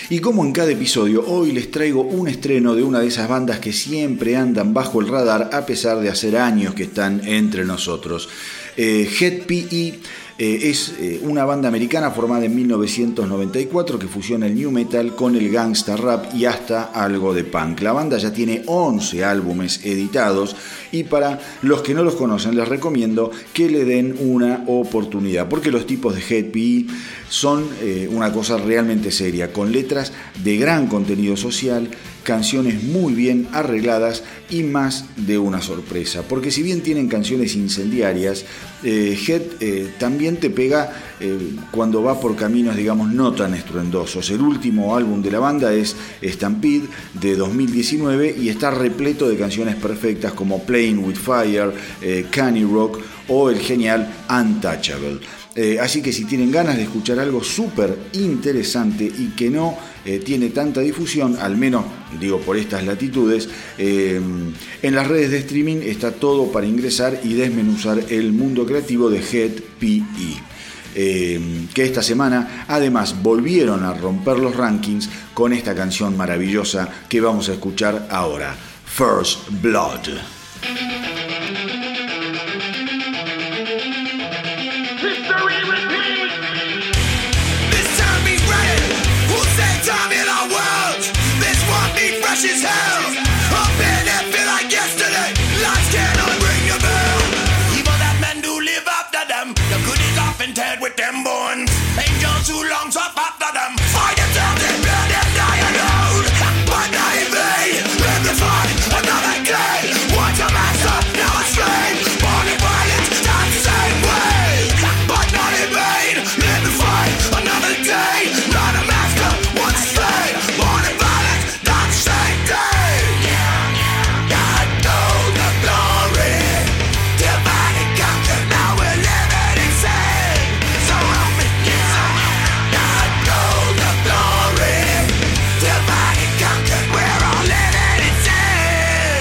Y como en cada episodio, hoy les traigo un estreno de una de esas bandas que siempre andan bajo el radar a pesar de hacer años que están entre nosotros. Eh, Hed P E eh, es eh, una banda americana formada en mil novecientos noventa y cuatro que fusiona el new metal con el gangsta rap y hasta algo de punk. La banda ya tiene once álbumes editados y para los que no los conocen les recomiendo que le den una oportunidad porque los tipos de Hed P E son eh, una cosa realmente seria, con letras de gran contenido social, canciones muy bien arregladas y más de una sorpresa, porque si bien tienen canciones incendiarias, eh, Hed eh, también te pega eh, cuando va por caminos, digamos, no tan estruendosos. El último álbum de la banda es Stampede de dos mil diecinueve y está repleto de canciones perfectas como Playing with Fire, eh, Canny Rock o el genial Untouchable. Eh, así que si tienen ganas de escuchar algo súper interesante y que no eh, tiene tanta difusión, al menos digo por estas latitudes, eh, en las redes de streaming está todo para ingresar y desmenuzar el mundo creativo de Hed P E. Eh, que esta semana además volvieron a romper los rankings con esta canción maravillosa que vamos a escuchar ahora, First Blood. As hell, up in it, feel like yesterday. Lights cannot ring your bell. Evil that men do live after them. The good is often dead with them born. Angels who long up after them. Fight themselves in blood and die alone. But not in vain. Live to fight another day. Once a master, now a slave. Born in violence, died the same way. But not in vain. Live to fight another day. Not a master, once a slave. Born in violence, died the same day. God knows the glory. Divine and conquered, now we're living in sin. So help me, God knows the glory. Divine and conquered, we're all living in sin.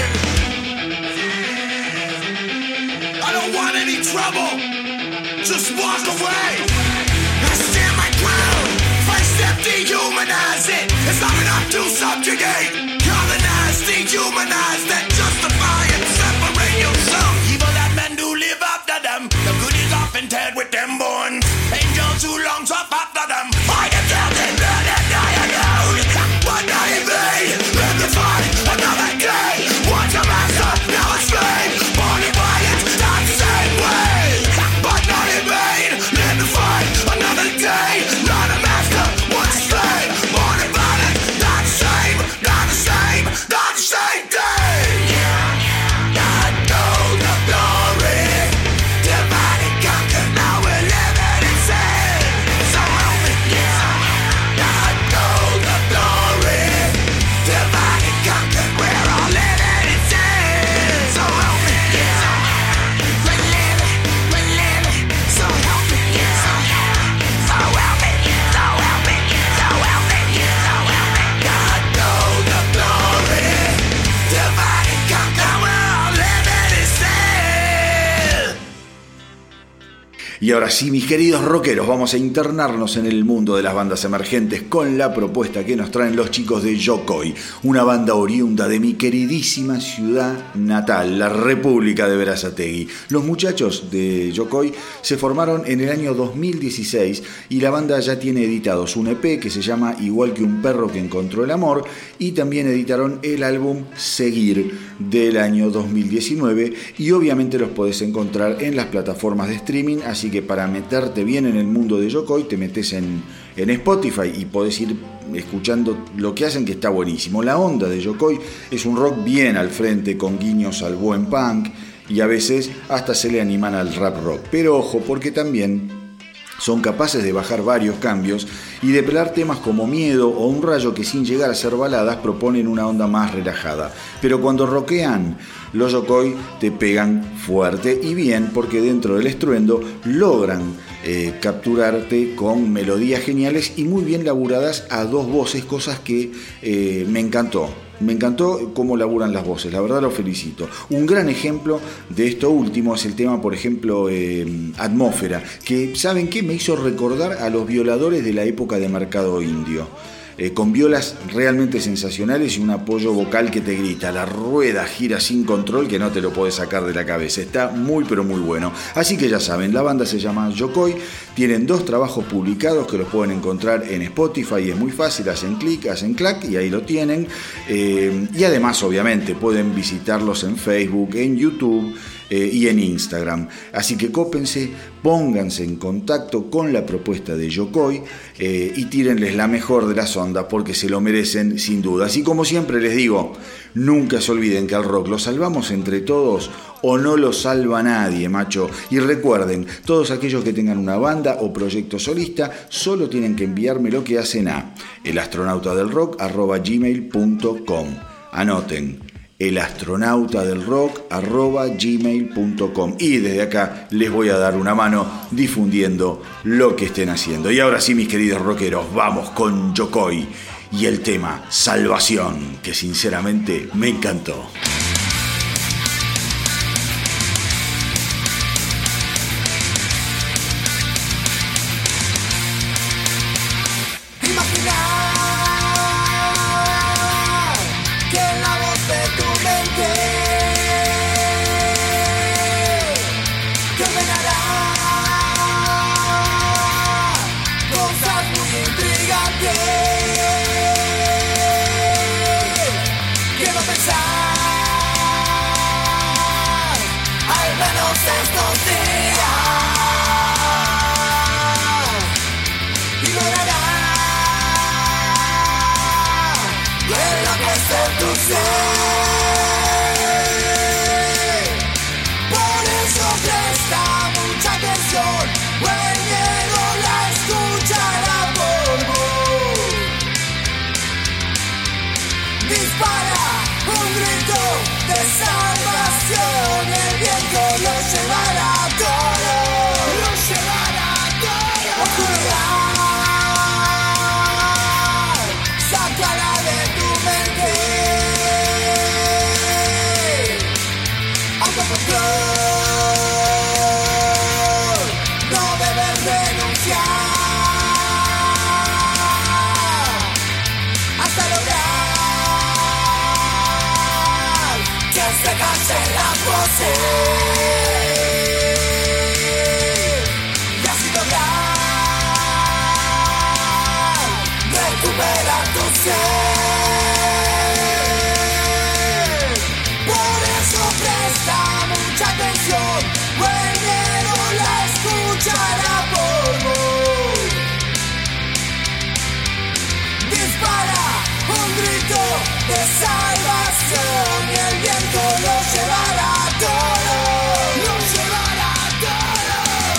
I don't want any trouble. Just walk away. I stand my ground. Face step, dehumanize it. It's not enough to subjugate. Colonize, dehumanize, then justify and separate yourself. Evil that men do live after them. The good is often dead with them born. Angels who long up after them. Fight themselves in blood and die alone. But not in vain. Live to fight another day. Once a master, now a slave. Born in violence, died the same way. But not in vain. Live to fight another day. Not a master, once a slave. Born in violence, died the same. Not the same, not the same day. God knows the glory. Divine and conquered, now we're living in sin. So help me, God knows the glory. Divine and conquered, we're all living in sin. So help me, we're living, we're living. So help me, so help me, so help me, so help me, so help me, so help me. God knows the glory. Divine and conquered, we're all living in sin. Y ahora sí, mis queridos rockeros, vamos a internarnos en el mundo de las bandas emergentes con la propuesta que nos traen los chicos de Yokoi, una banda oriunda de mi queridísima ciudad natal, la República de Berazategui. Los muchachos de Yokoi se formaron en el año dos mil dieciséis y la banda ya tiene editados un E P que se llama Igual que un perro que encontró el amor y también editaron el álbum Seguir del año dos mil diecinueve y obviamente los podés encontrar en las plataformas de streaming, así que para meterte bien en el mundo de Yokoi te metes en, en Spotify y podés ir escuchando lo que hacen, que está buenísimo. La onda de Yokoi es un rock bien al frente con guiños al buen punk y a veces hasta se le animan al rap rock, pero ojo porque también son capaces de bajar varios cambios y de pelar temas como Miedo o Un rayo que sin llegar a ser baladas proponen una onda más relajada. Pero cuando rockean, los Yokoi te pegan fuerte y bien porque dentro del estruendo logran eh, capturarte con melodías geniales y muy bien laburadas a dos voces, cosas que eh, me encantó. Me encantó cómo laburan las voces, la verdad lo felicito. Un gran ejemplo de esto último es el tema, por ejemplo, eh, Atmósfera, que, ¿saben qué? Me hizo recordar a Los Violadores de la época de Mercado Indio. eh, con violas realmente sensacionales y un apoyo vocal que te grita. La rueda gira sin control que no te lo puedes sacar de la cabeza. Está muy pero muy bueno. Así que ya saben, la banda se llama Yokoi, tienen dos trabajos publicados que los pueden encontrar en Spotify, es muy fácil, hacen clic, hacen clac y ahí lo tienen. Eh, y además obviamente pueden visitarlos en Facebook, en YouTube, Eh, y en Instagram. Así que cópense, pónganse en contacto con la propuesta de Yokoi eh, y tírenles la mejor de las ondas porque se lo merecen sin duda. Así como siempre les digo, nunca se olviden que al rock lo salvamos entre todos o no lo salva nadie, macho. Y recuerden, todos aquellos que tengan una banda o proyecto solista solo tienen que enviarme lo que hacen a elastronautadelrock arroba gmail punto com. Anoten, elastronautadelrock arroba gmail punto com, y desde acá les voy a dar una mano difundiendo lo que estén haciendo. Y ahora sí, mis queridos rockeros, vamos con Yokoi y el tema Salvación, que sinceramente me encantó. Por eso presta mucha atención, buen miedo la escuchará por vos. Dispara un grito de salvación, el viento lo llevará todo, lo llevará todo. Oscuridad, sácala de tu mente. No debes renunciar hasta lograr que se callen las voces y así lograr recuperar tu ser. Por eso presta mucha atención, buen miedo la escuchará por vos. Dispara un grito de salvación y el viento lo llevará todo, lo llevará todo.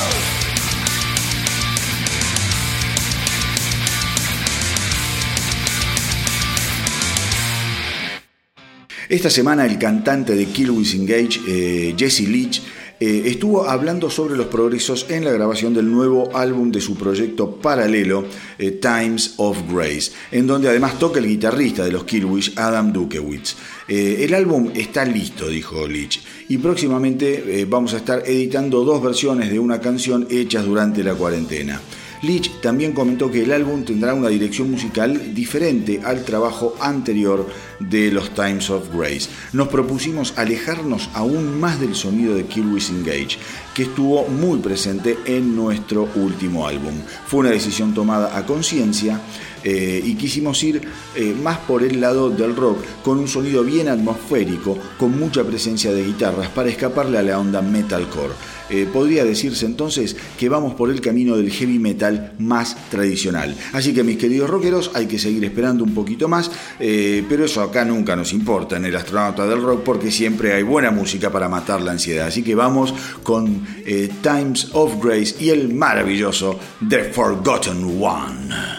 Esta semana el cantante de Killswitch Engage, eh, Jesse Leach, eh, estuvo hablando sobre los progresos en la grabación del nuevo álbum de su proyecto paralelo, eh, Times of Grace, en donde además toca el guitarrista de los Killswitch, Adam Dukewitz. Eh, el álbum está listo, dijo Leach, y próximamente eh, vamos a estar editando dos versiones de una canción hechas durante la cuarentena. Leach también comentó que el álbum tendrá una dirección musical diferente al trabajo anterior de los Times of Grace. Nos propusimos alejarnos aún más del sonido de Killswitch Engage, que estuvo muy presente en nuestro último álbum. Fue una decisión tomada a conciencia eh, y quisimos ir eh, más por el lado del rock, con un sonido bien atmosférico, con mucha presencia de guitarras para escaparle a la onda metalcore. Eh, podría decirse entonces que vamos por el camino del heavy metal más tradicional. Así que, mis queridos rockeros, hay que seguir esperando un poquito más, eh, pero eso acá nunca nos importa en el Astronauta del Rock, porque siempre hay buena música para matar la ansiedad. Así que vamos con eh, Times of Grace y el maravilloso The Forgotten One.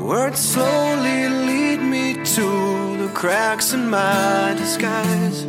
Words slowly lead me to the cracks in my disguise.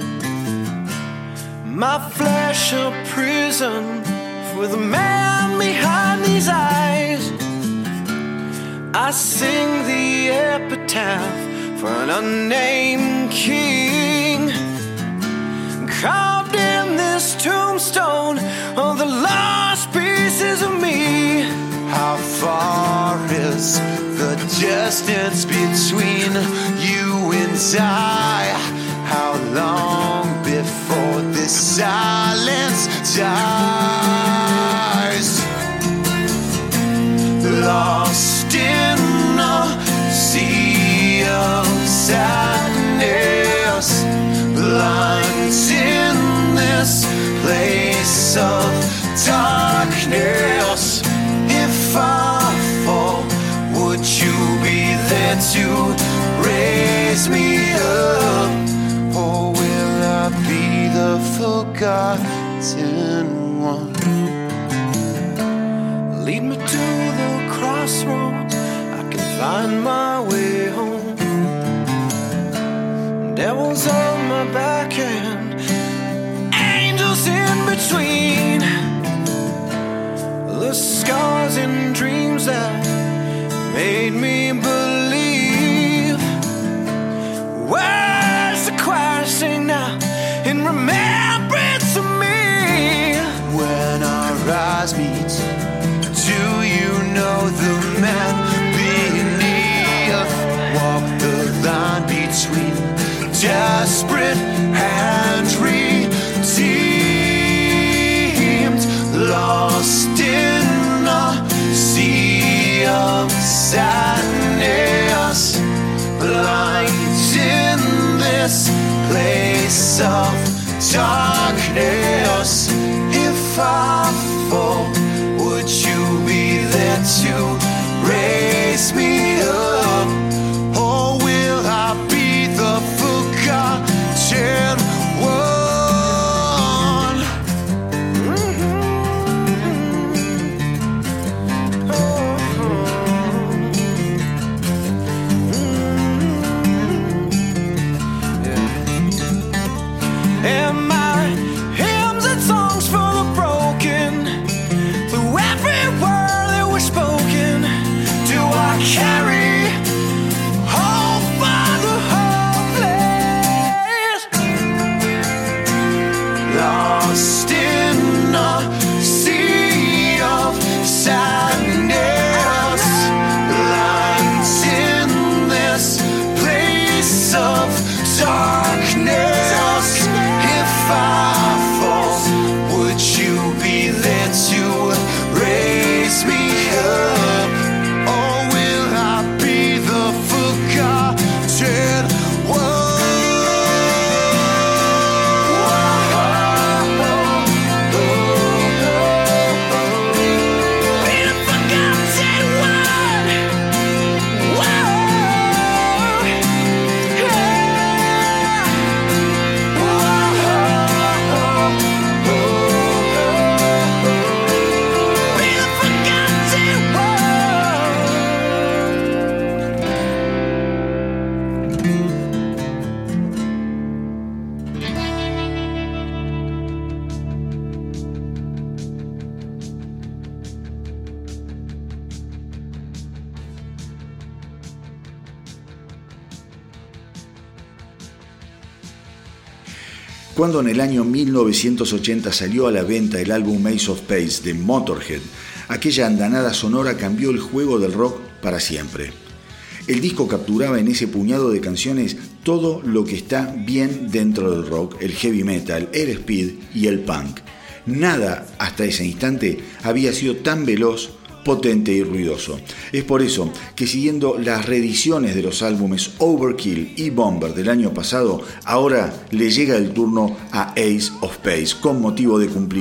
My flesh a prison for the man behind these eyes. I sing the epitaph for an unnamed king, carved in this tombstone of the lost pieces of me. How far is the distance between you and I? How long before this silence dies? Lost in a sea of sadness, blind in this place of darkness. If I fall, would you be there to raise me up? Or will I be the forgotten one? Lead me to the crossroads, I can find my way home. Devils on my back and angels in between. The scars and dreams that made me believe. Where's the choir sing now in remembrance of me? When our eyes meet, do you know the man beneath? Walk the line between desperate and redeemed. Lost in a sea of sadness, blind in this place of darkness. If I fall, would you be there to raise me up? Or will I be the forgotten one? And my hymns and songs for the broken, through every word that was spoken, do I carry hope for the hopeless? Lost in a sea of sadness, blind in this place of darkness. If I fall, would you be there to raise me up? Or will I be the forgotten one? Be the forgotten one. Whoa. Cuando en el año mil novecientos ochenta salió a la venta el álbum Ace of Base de Motorhead, aquella andanada sonora cambió el juego del rock para siempre. El disco capturaba en ese puñado de canciones todo lo que está bien dentro del rock, el heavy metal, el speed y el punk. Nada hasta ese instante había sido tan veloz, potente y ruidoso. Es por eso que, siguiendo las reediciones de los álbumes Overkill y Bomber del año pasado, ahora le llega el turno a Ace of Base con motivo de cumplirse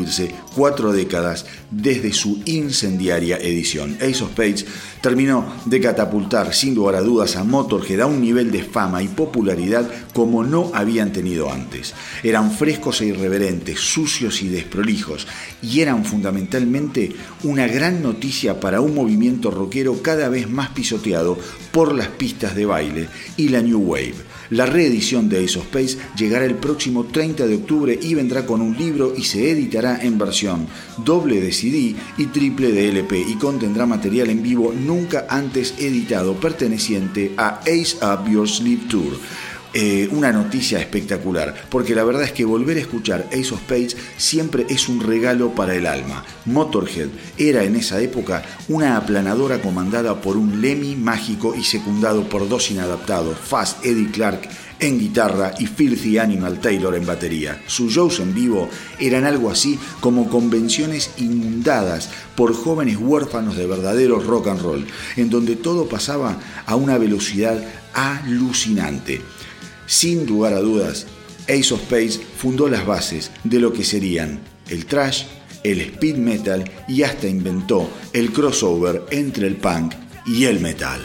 cuatro décadas desde su incendiaria edición. Ace of Spades terminó de catapultar sin lugar a dudas a Motorhead a un nivel de fama y popularidad como no habían tenido antes. Eran frescos e irreverentes, sucios y desprolijos, y eran fundamentalmente una gran noticia para un movimiento rockero cada vez más pisoteado por las pistas de baile y la New Wave. La reedición de Ace of Spades llegará el próximo treinta de octubre y vendrá con un libro y se editará en versión doble de C D y triple de L P y contendrá material en vivo nunca antes editado perteneciente a Ace Up Your Sleeve Tour. Eh, una noticia espectacular, porque la verdad es que volver a escuchar Ace of Spades siempre es un regalo para el alma. Motorhead era en esa época una aplanadora comandada por un Lemmy mágico y secundado por dos inadaptados, Fast Eddie Clarke en guitarra y Filthy Animal Taylor en batería. Sus shows en vivo eran algo así como convenciones inundadas por jóvenes huérfanos de verdadero rock and roll, en donde todo pasaba a una velocidad alucinante. Sin lugar a dudas, Ace of Spades fundó las bases de lo que serían el thrash, el speed metal y hasta inventó el crossover entre el punk y el metal.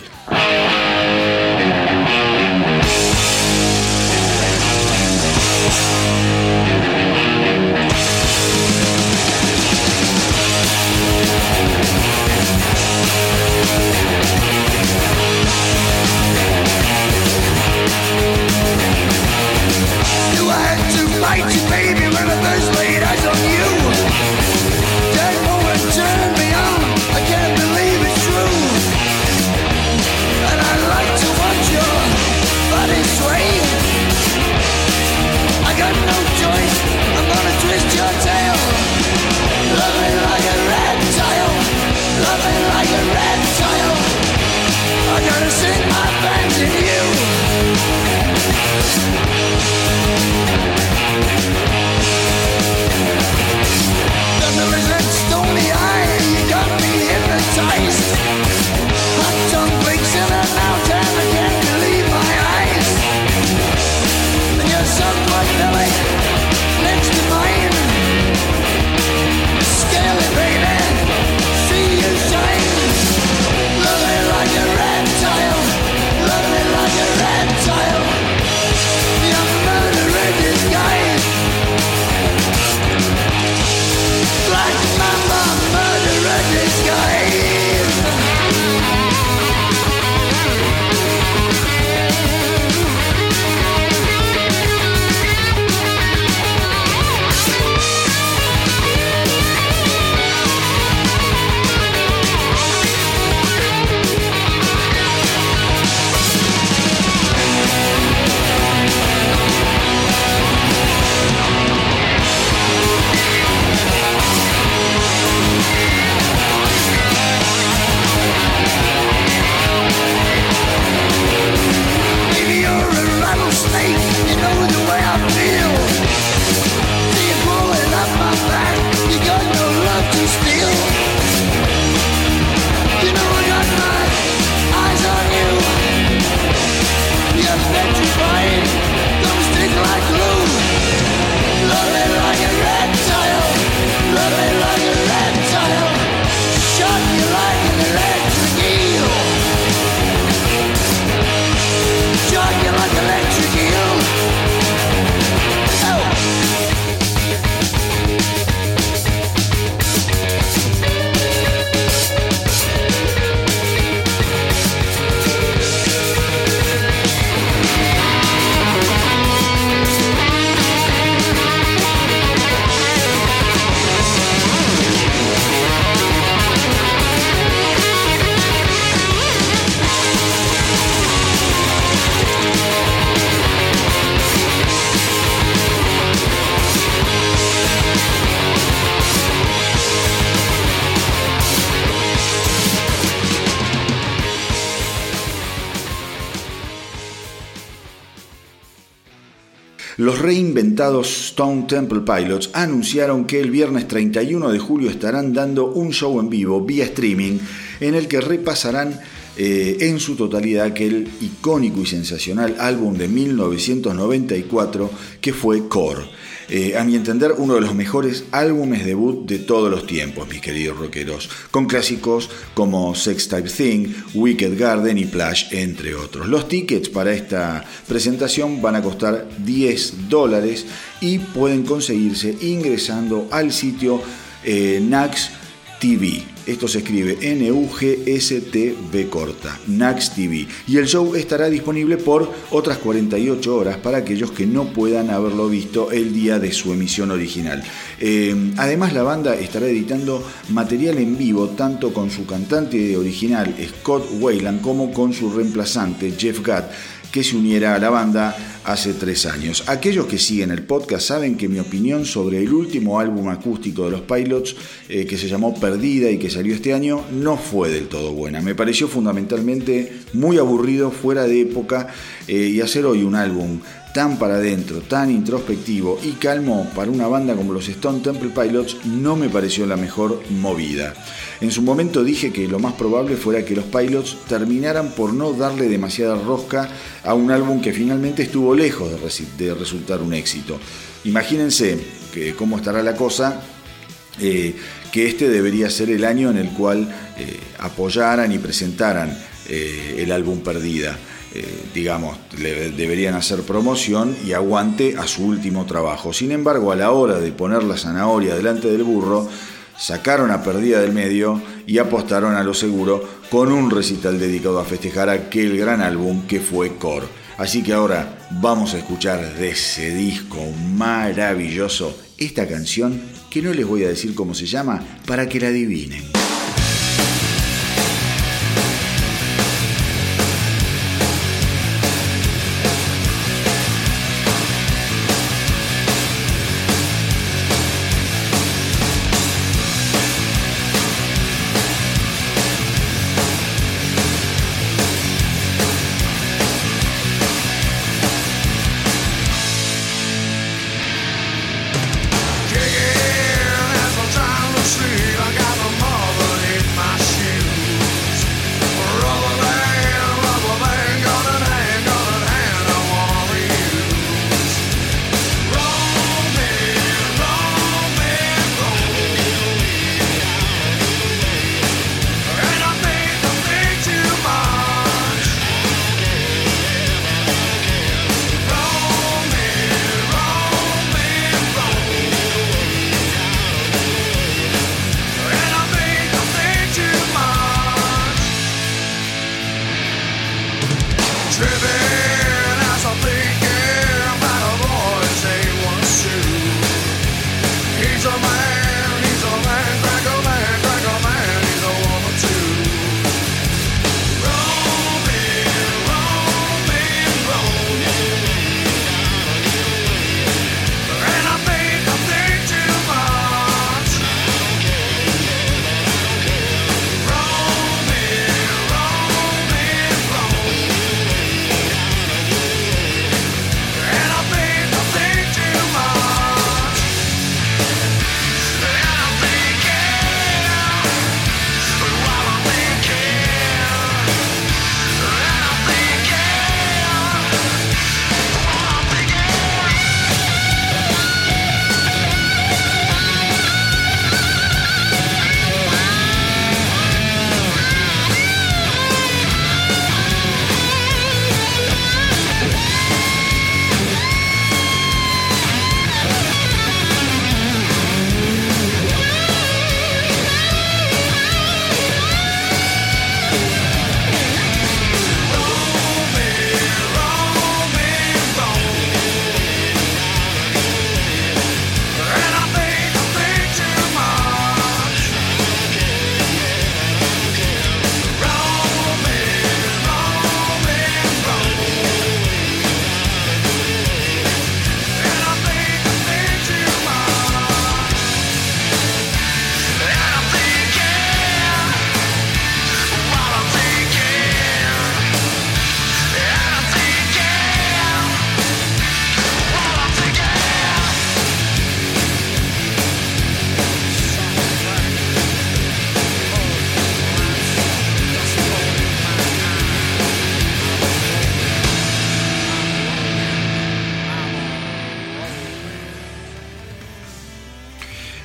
Baby, when I first laid eyes on you, that woman turned me on. I can't believe it's true. And I like to watch your body sway. I got no choice, I'm gonna twist your tail. Love me like a reptile, love me like a reptile. I gotta sing my fangs in you. That stony eye, you got me hypnotized. Hot tongue breaks in her mouth and I can't believe my eyes. And your soft white belly next to mine. Scaly baby, see you shine. Love me like a reptile, love me like a reptile. Your murderer disguise. Black mamba, murderer disguise. You know the way I feel. See you pulling up my back. You got no love to steal. You know I got my eyes on you. You're petrified, don't stick like glue. Love me like a reptile, love me like a reptile. Shot you like an electric eel. Shot you like electric eel. Los reinventados Stone Temple Pilots anunciaron que el viernes treinta y uno de julio estarán dando un show en vivo vía streaming en el que repasarán eh, en su totalidad aquel icónico y sensacional álbum de mil novecientos noventa y cuatro que fue Core. Eh, a mi entender, uno de los mejores álbumes debut de todos los tiempos, mis queridos rockeros, con clásicos como Sex Type Thing, Wicked Garden y Plush, entre otros. Los tickets para esta presentación van a costar diez dólares y pueden conseguirse ingresando al sitio eh, Nax T V. Esto se escribe N U G S T V corta, Nax T V. Y el show estará disponible por otras cuarenta y ocho horas para aquellos que no puedan haberlo visto el día de su emisión original. Eh, además, la banda estará editando material en vivo tanto con su cantante original Scott Weiland como con su reemplazante Jeff Gatt, que se uniera a la banda hace tres años. Aquellos que siguen el podcast saben que mi opinión sobre el último álbum acústico de los Pilots, eh, que se llamó Perdida y que salió este año, no fue del todo buena. Me pareció fundamentalmente muy aburrido, fuera de época, eh, y hacer hoy un álbum tan para adentro, tan introspectivo y calmo para una banda como los Stone Temple Pilots no me pareció la mejor movida. En su momento dije que lo más probable fuera que los Pilots terminaran por no darle demasiada rosca a un álbum que finalmente estuvo lejos de, res- de resultar un éxito. Imagínense que cómo estará la cosa, eh, que este debería ser el año en el cual eh, apoyaran y presentaran eh, el álbum Perdida. Eh, digamos, le deberían hacer promoción y aguante a su último trabajo. Sin embargo, a la hora de poner la zanahoria delante del burro, sacaron a Perdida del medio y apostaron a lo seguro con un recital dedicado a festejar aquel gran álbum que fue Core. Así que ahora vamos a escuchar de ese disco maravilloso esta canción que no les voy a decir cómo se llama para que la adivinen.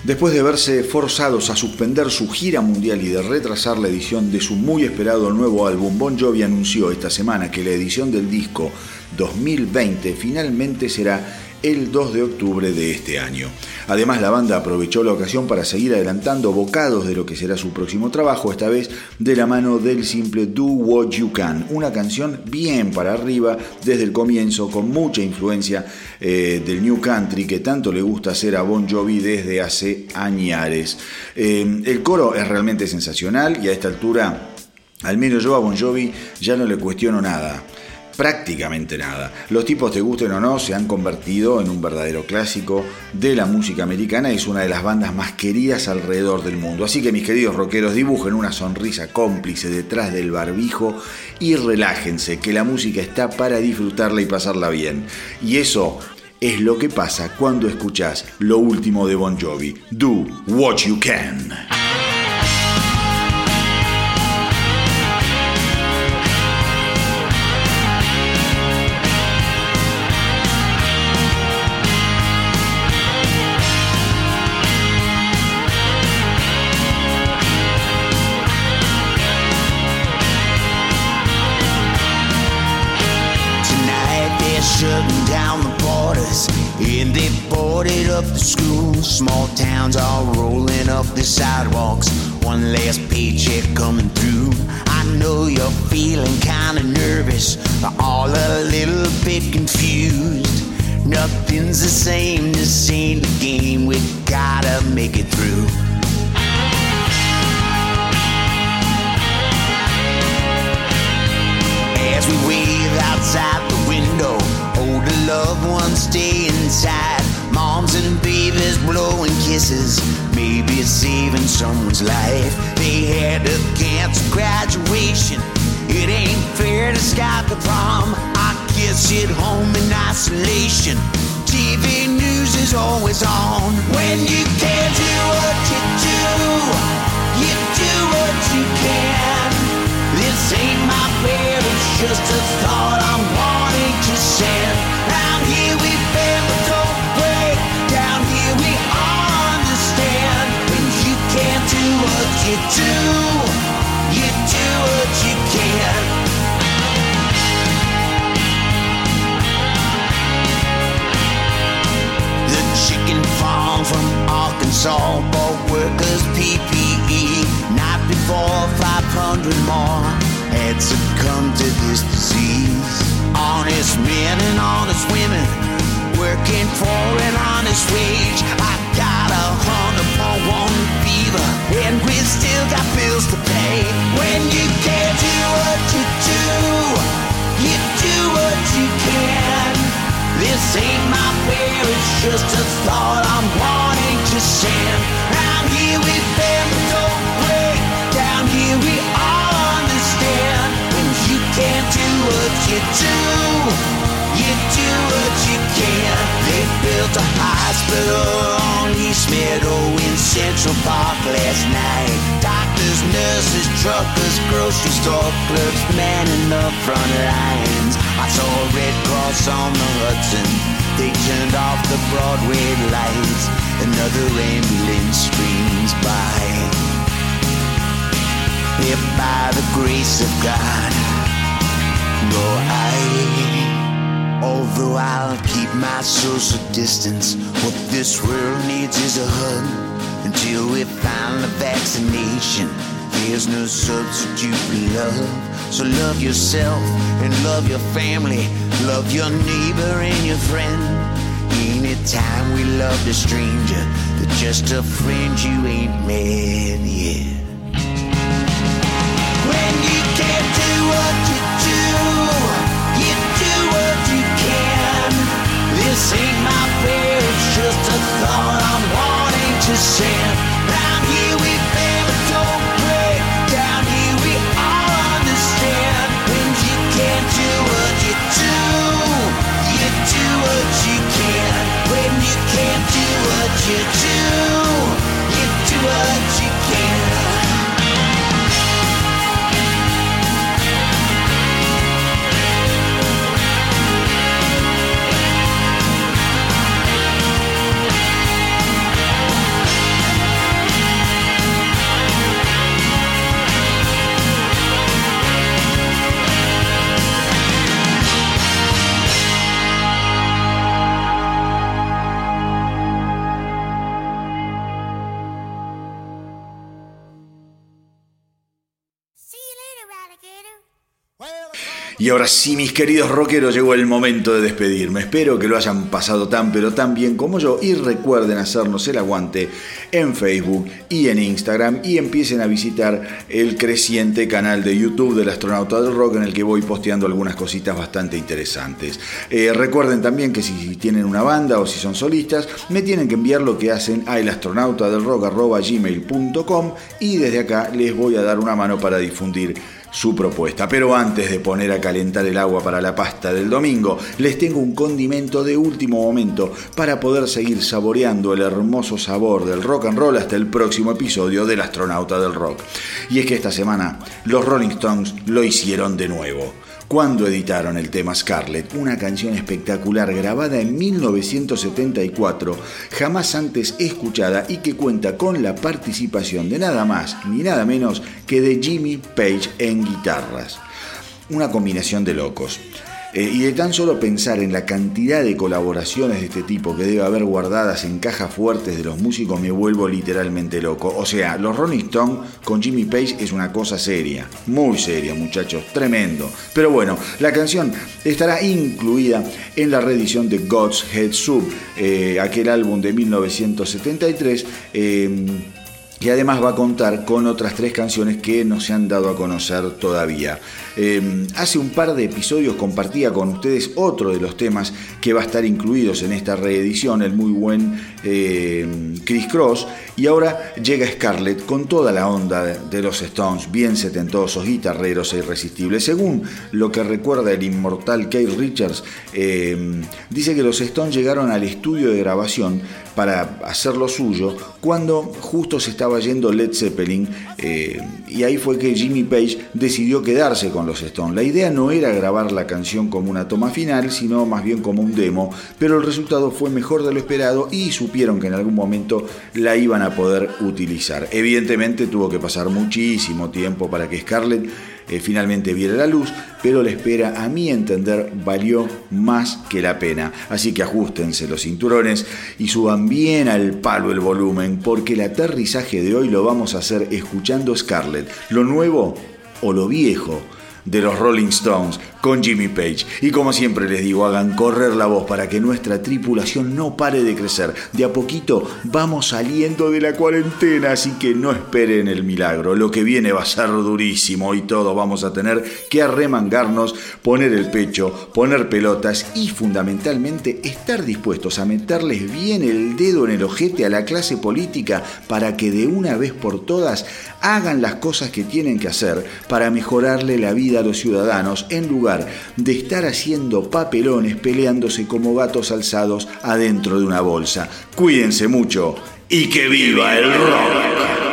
Después de verse forzados a suspender su gira mundial y de retrasar la edición de su muy esperado nuevo álbum, Bon Jovi anunció esta semana que la edición del disco dos mil veinte finalmente será el dos de octubre de este año. Además, la banda aprovechó la ocasión para seguir adelantando bocados de lo que será su próximo trabajo, esta vez de la mano del simple Do What You Can, una canción bien para arriba desde el comienzo, con mucha influencia eh, del New Country que tanto le gusta hacer a Bon Jovi desde hace añares. Eh, el coro es realmente sensacional y a esta altura, al menos yo a Bon Jovi ya no le cuestiono nada. Prácticamente nada. Los tipos, te gusten o no, se han convertido en un verdadero clásico de la música americana y es una de las bandas más queridas alrededor del mundo. Así que, mis queridos rockeros, dibujen una sonrisa cómplice detrás del barbijo y relájense, que la música está para disfrutarla y pasarla bien. Y eso es lo que pasa cuando escuchás lo último de Bon Jovi, Do What You Can. Shutting down the borders, and they boarded up the schools. Small towns all rolling up the sidewalks. One last paycheck coming through. I know you're feeling kinda nervous, but all a little bit confused. Nothing's the same, this ain't the game. We gotta make it through. As we wave outside the window, older loved ones stay inside. Moms and babies blowing kisses, maybe saving someone's life. They had to cancel graduation. It ain't fair to skip the prom. I guess at home in isolation. T V news is always on. When you can't do what you do, you do what you can. This ain't my prayer, it's just a thought I'm wanting to send. Down here we bend but don't break. Down here we all understand. When you can't do what you do, you do what you can. The chicken farm from Arkansas bought workers P P E. Not before five hundred more had succumbed to this disease. Honest men and honest women working for an honest wage. I got a hundred point one fever and we still got bills to pay. When you can't do what you do, you do what you can. This ain't my prayer, it's just a thought I'm wanting to send. Round here we bend but don't break. Down here we all understand. When you can't do what you do, you do what you can. They built a hospital on East Meadow in Central Park last night. Doctors, nurses, truckers, grocery store clerks, manning the front lines. I saw a Red Cross on the Hudson. They turned off the Broadway lights. Another ambulance streams by. If by the grace of God, no, I, although I'll keep my social distance, what this world needs is a hug. Until we find the vaccination, there's no substitute for love. So love yourself and love your family, love your neighbor and your friend. Anytime we loved a stranger, they're just a friend you ain't met yet. When you can't do what you do, you do what you can. This ain't my prayer, it's just a thought I'm wanting to send. Round here we fail but don't break. Down here we all understand. When you can't do what you do, you do what you can. When you can't do what you do, you do what you can. Y ahora sí, mis queridos rockeros, llegó el momento de despedirme. Espero que lo hayan pasado tan pero tan bien como yo y recuerden hacernos el aguante en Facebook y en Instagram y empiecen a visitar el creciente canal de YouTube del Astronauta del Rock en el que voy posteando algunas cositas bastante interesantes. Eh, recuerden también que si tienen una banda o si son solistas, me tienen que enviar lo que hacen a elastronautadelrock arroba gmail punto com y desde acá les voy a dar una mano para difundir su propuesta. Pero antes de poner a calentar el agua para la pasta del domingo, les tengo un condimento de último momento para poder seguir saboreando el hermoso sabor del rock and roll hasta el próximo episodio del Astronauta del Rock. Y es que esta semana los Rolling Stones lo hicieron de nuevo. Cuando editaron el tema Scarlet, una canción espectacular grabada en mil novecientos setenta y cuatro, jamás antes escuchada y que cuenta con la participación de nada más ni nada menos que de Jimmy Page en guitarras. Una combinación de locos. Eh, y de tan solo pensar en la cantidad de colaboraciones de este tipo que debe haber guardadas en cajas fuertes de los músicos me vuelvo literalmente loco. O sea, los Rolling Stones con Jimmy Page es una cosa seria, muy seria muchachos, tremendo. Pero bueno, la canción estará incluida en la reedición de God's Head Soup, eh, aquel álbum de mil novecientos setenta y tres, eh, que además va a contar con otras tres canciones que no se han dado a conocer todavía. Eh, hace un par de episodios compartía con ustedes otro de los temas que va a estar incluidos en esta reedición, el muy buen eh, Criss Cross, y ahora llega Scarlet con toda la onda de los Stones, bien setentosos, guitarreros e irresistibles. Según lo que recuerda el inmortal Keith Richards, eh, dice que los Stones llegaron al estudio de grabación para hacer lo suyo cuando justo se estaba yendo Led Zeppelin, eh, y ahí fue que Jimmy Page decidió quedarse con los Stones. La idea no era grabar la canción como una toma final, sino más bien como un demo, pero el resultado fue mejor de lo esperado y supieron que en algún momento la iban a poder utilizar. Evidentemente tuvo que pasar muchísimo tiempo para que Scarlet eh, finalmente viera la luz, pero la espera, a mi entender, valió más que la pena. Así que ajustense los cinturones y suban bien al palo el volumen, porque el aterrizaje de hoy lo vamos a hacer escuchando Scarlet, lo nuevo o lo viejo de los Rolling Stones con Jimmy Page. Y como siempre les digo, hagan correr la voz para que nuestra tripulación no pare de crecer. De a poquito vamos saliendo de la cuarentena, así que no esperen el milagro. Lo que viene va a ser durísimo y todos vamos a tener que arremangarnos, poner el pecho, poner pelotas y fundamentalmente estar dispuestos a meterles bien el dedo en el ojete a la clase política para que de una vez por todas hagan las cosas que tienen que hacer para mejorarle la vida a los ciudadanos en lugar de estar haciendo papelones peleándose como gatos alzados adentro de una bolsa. Cuídense mucho y que viva el rock.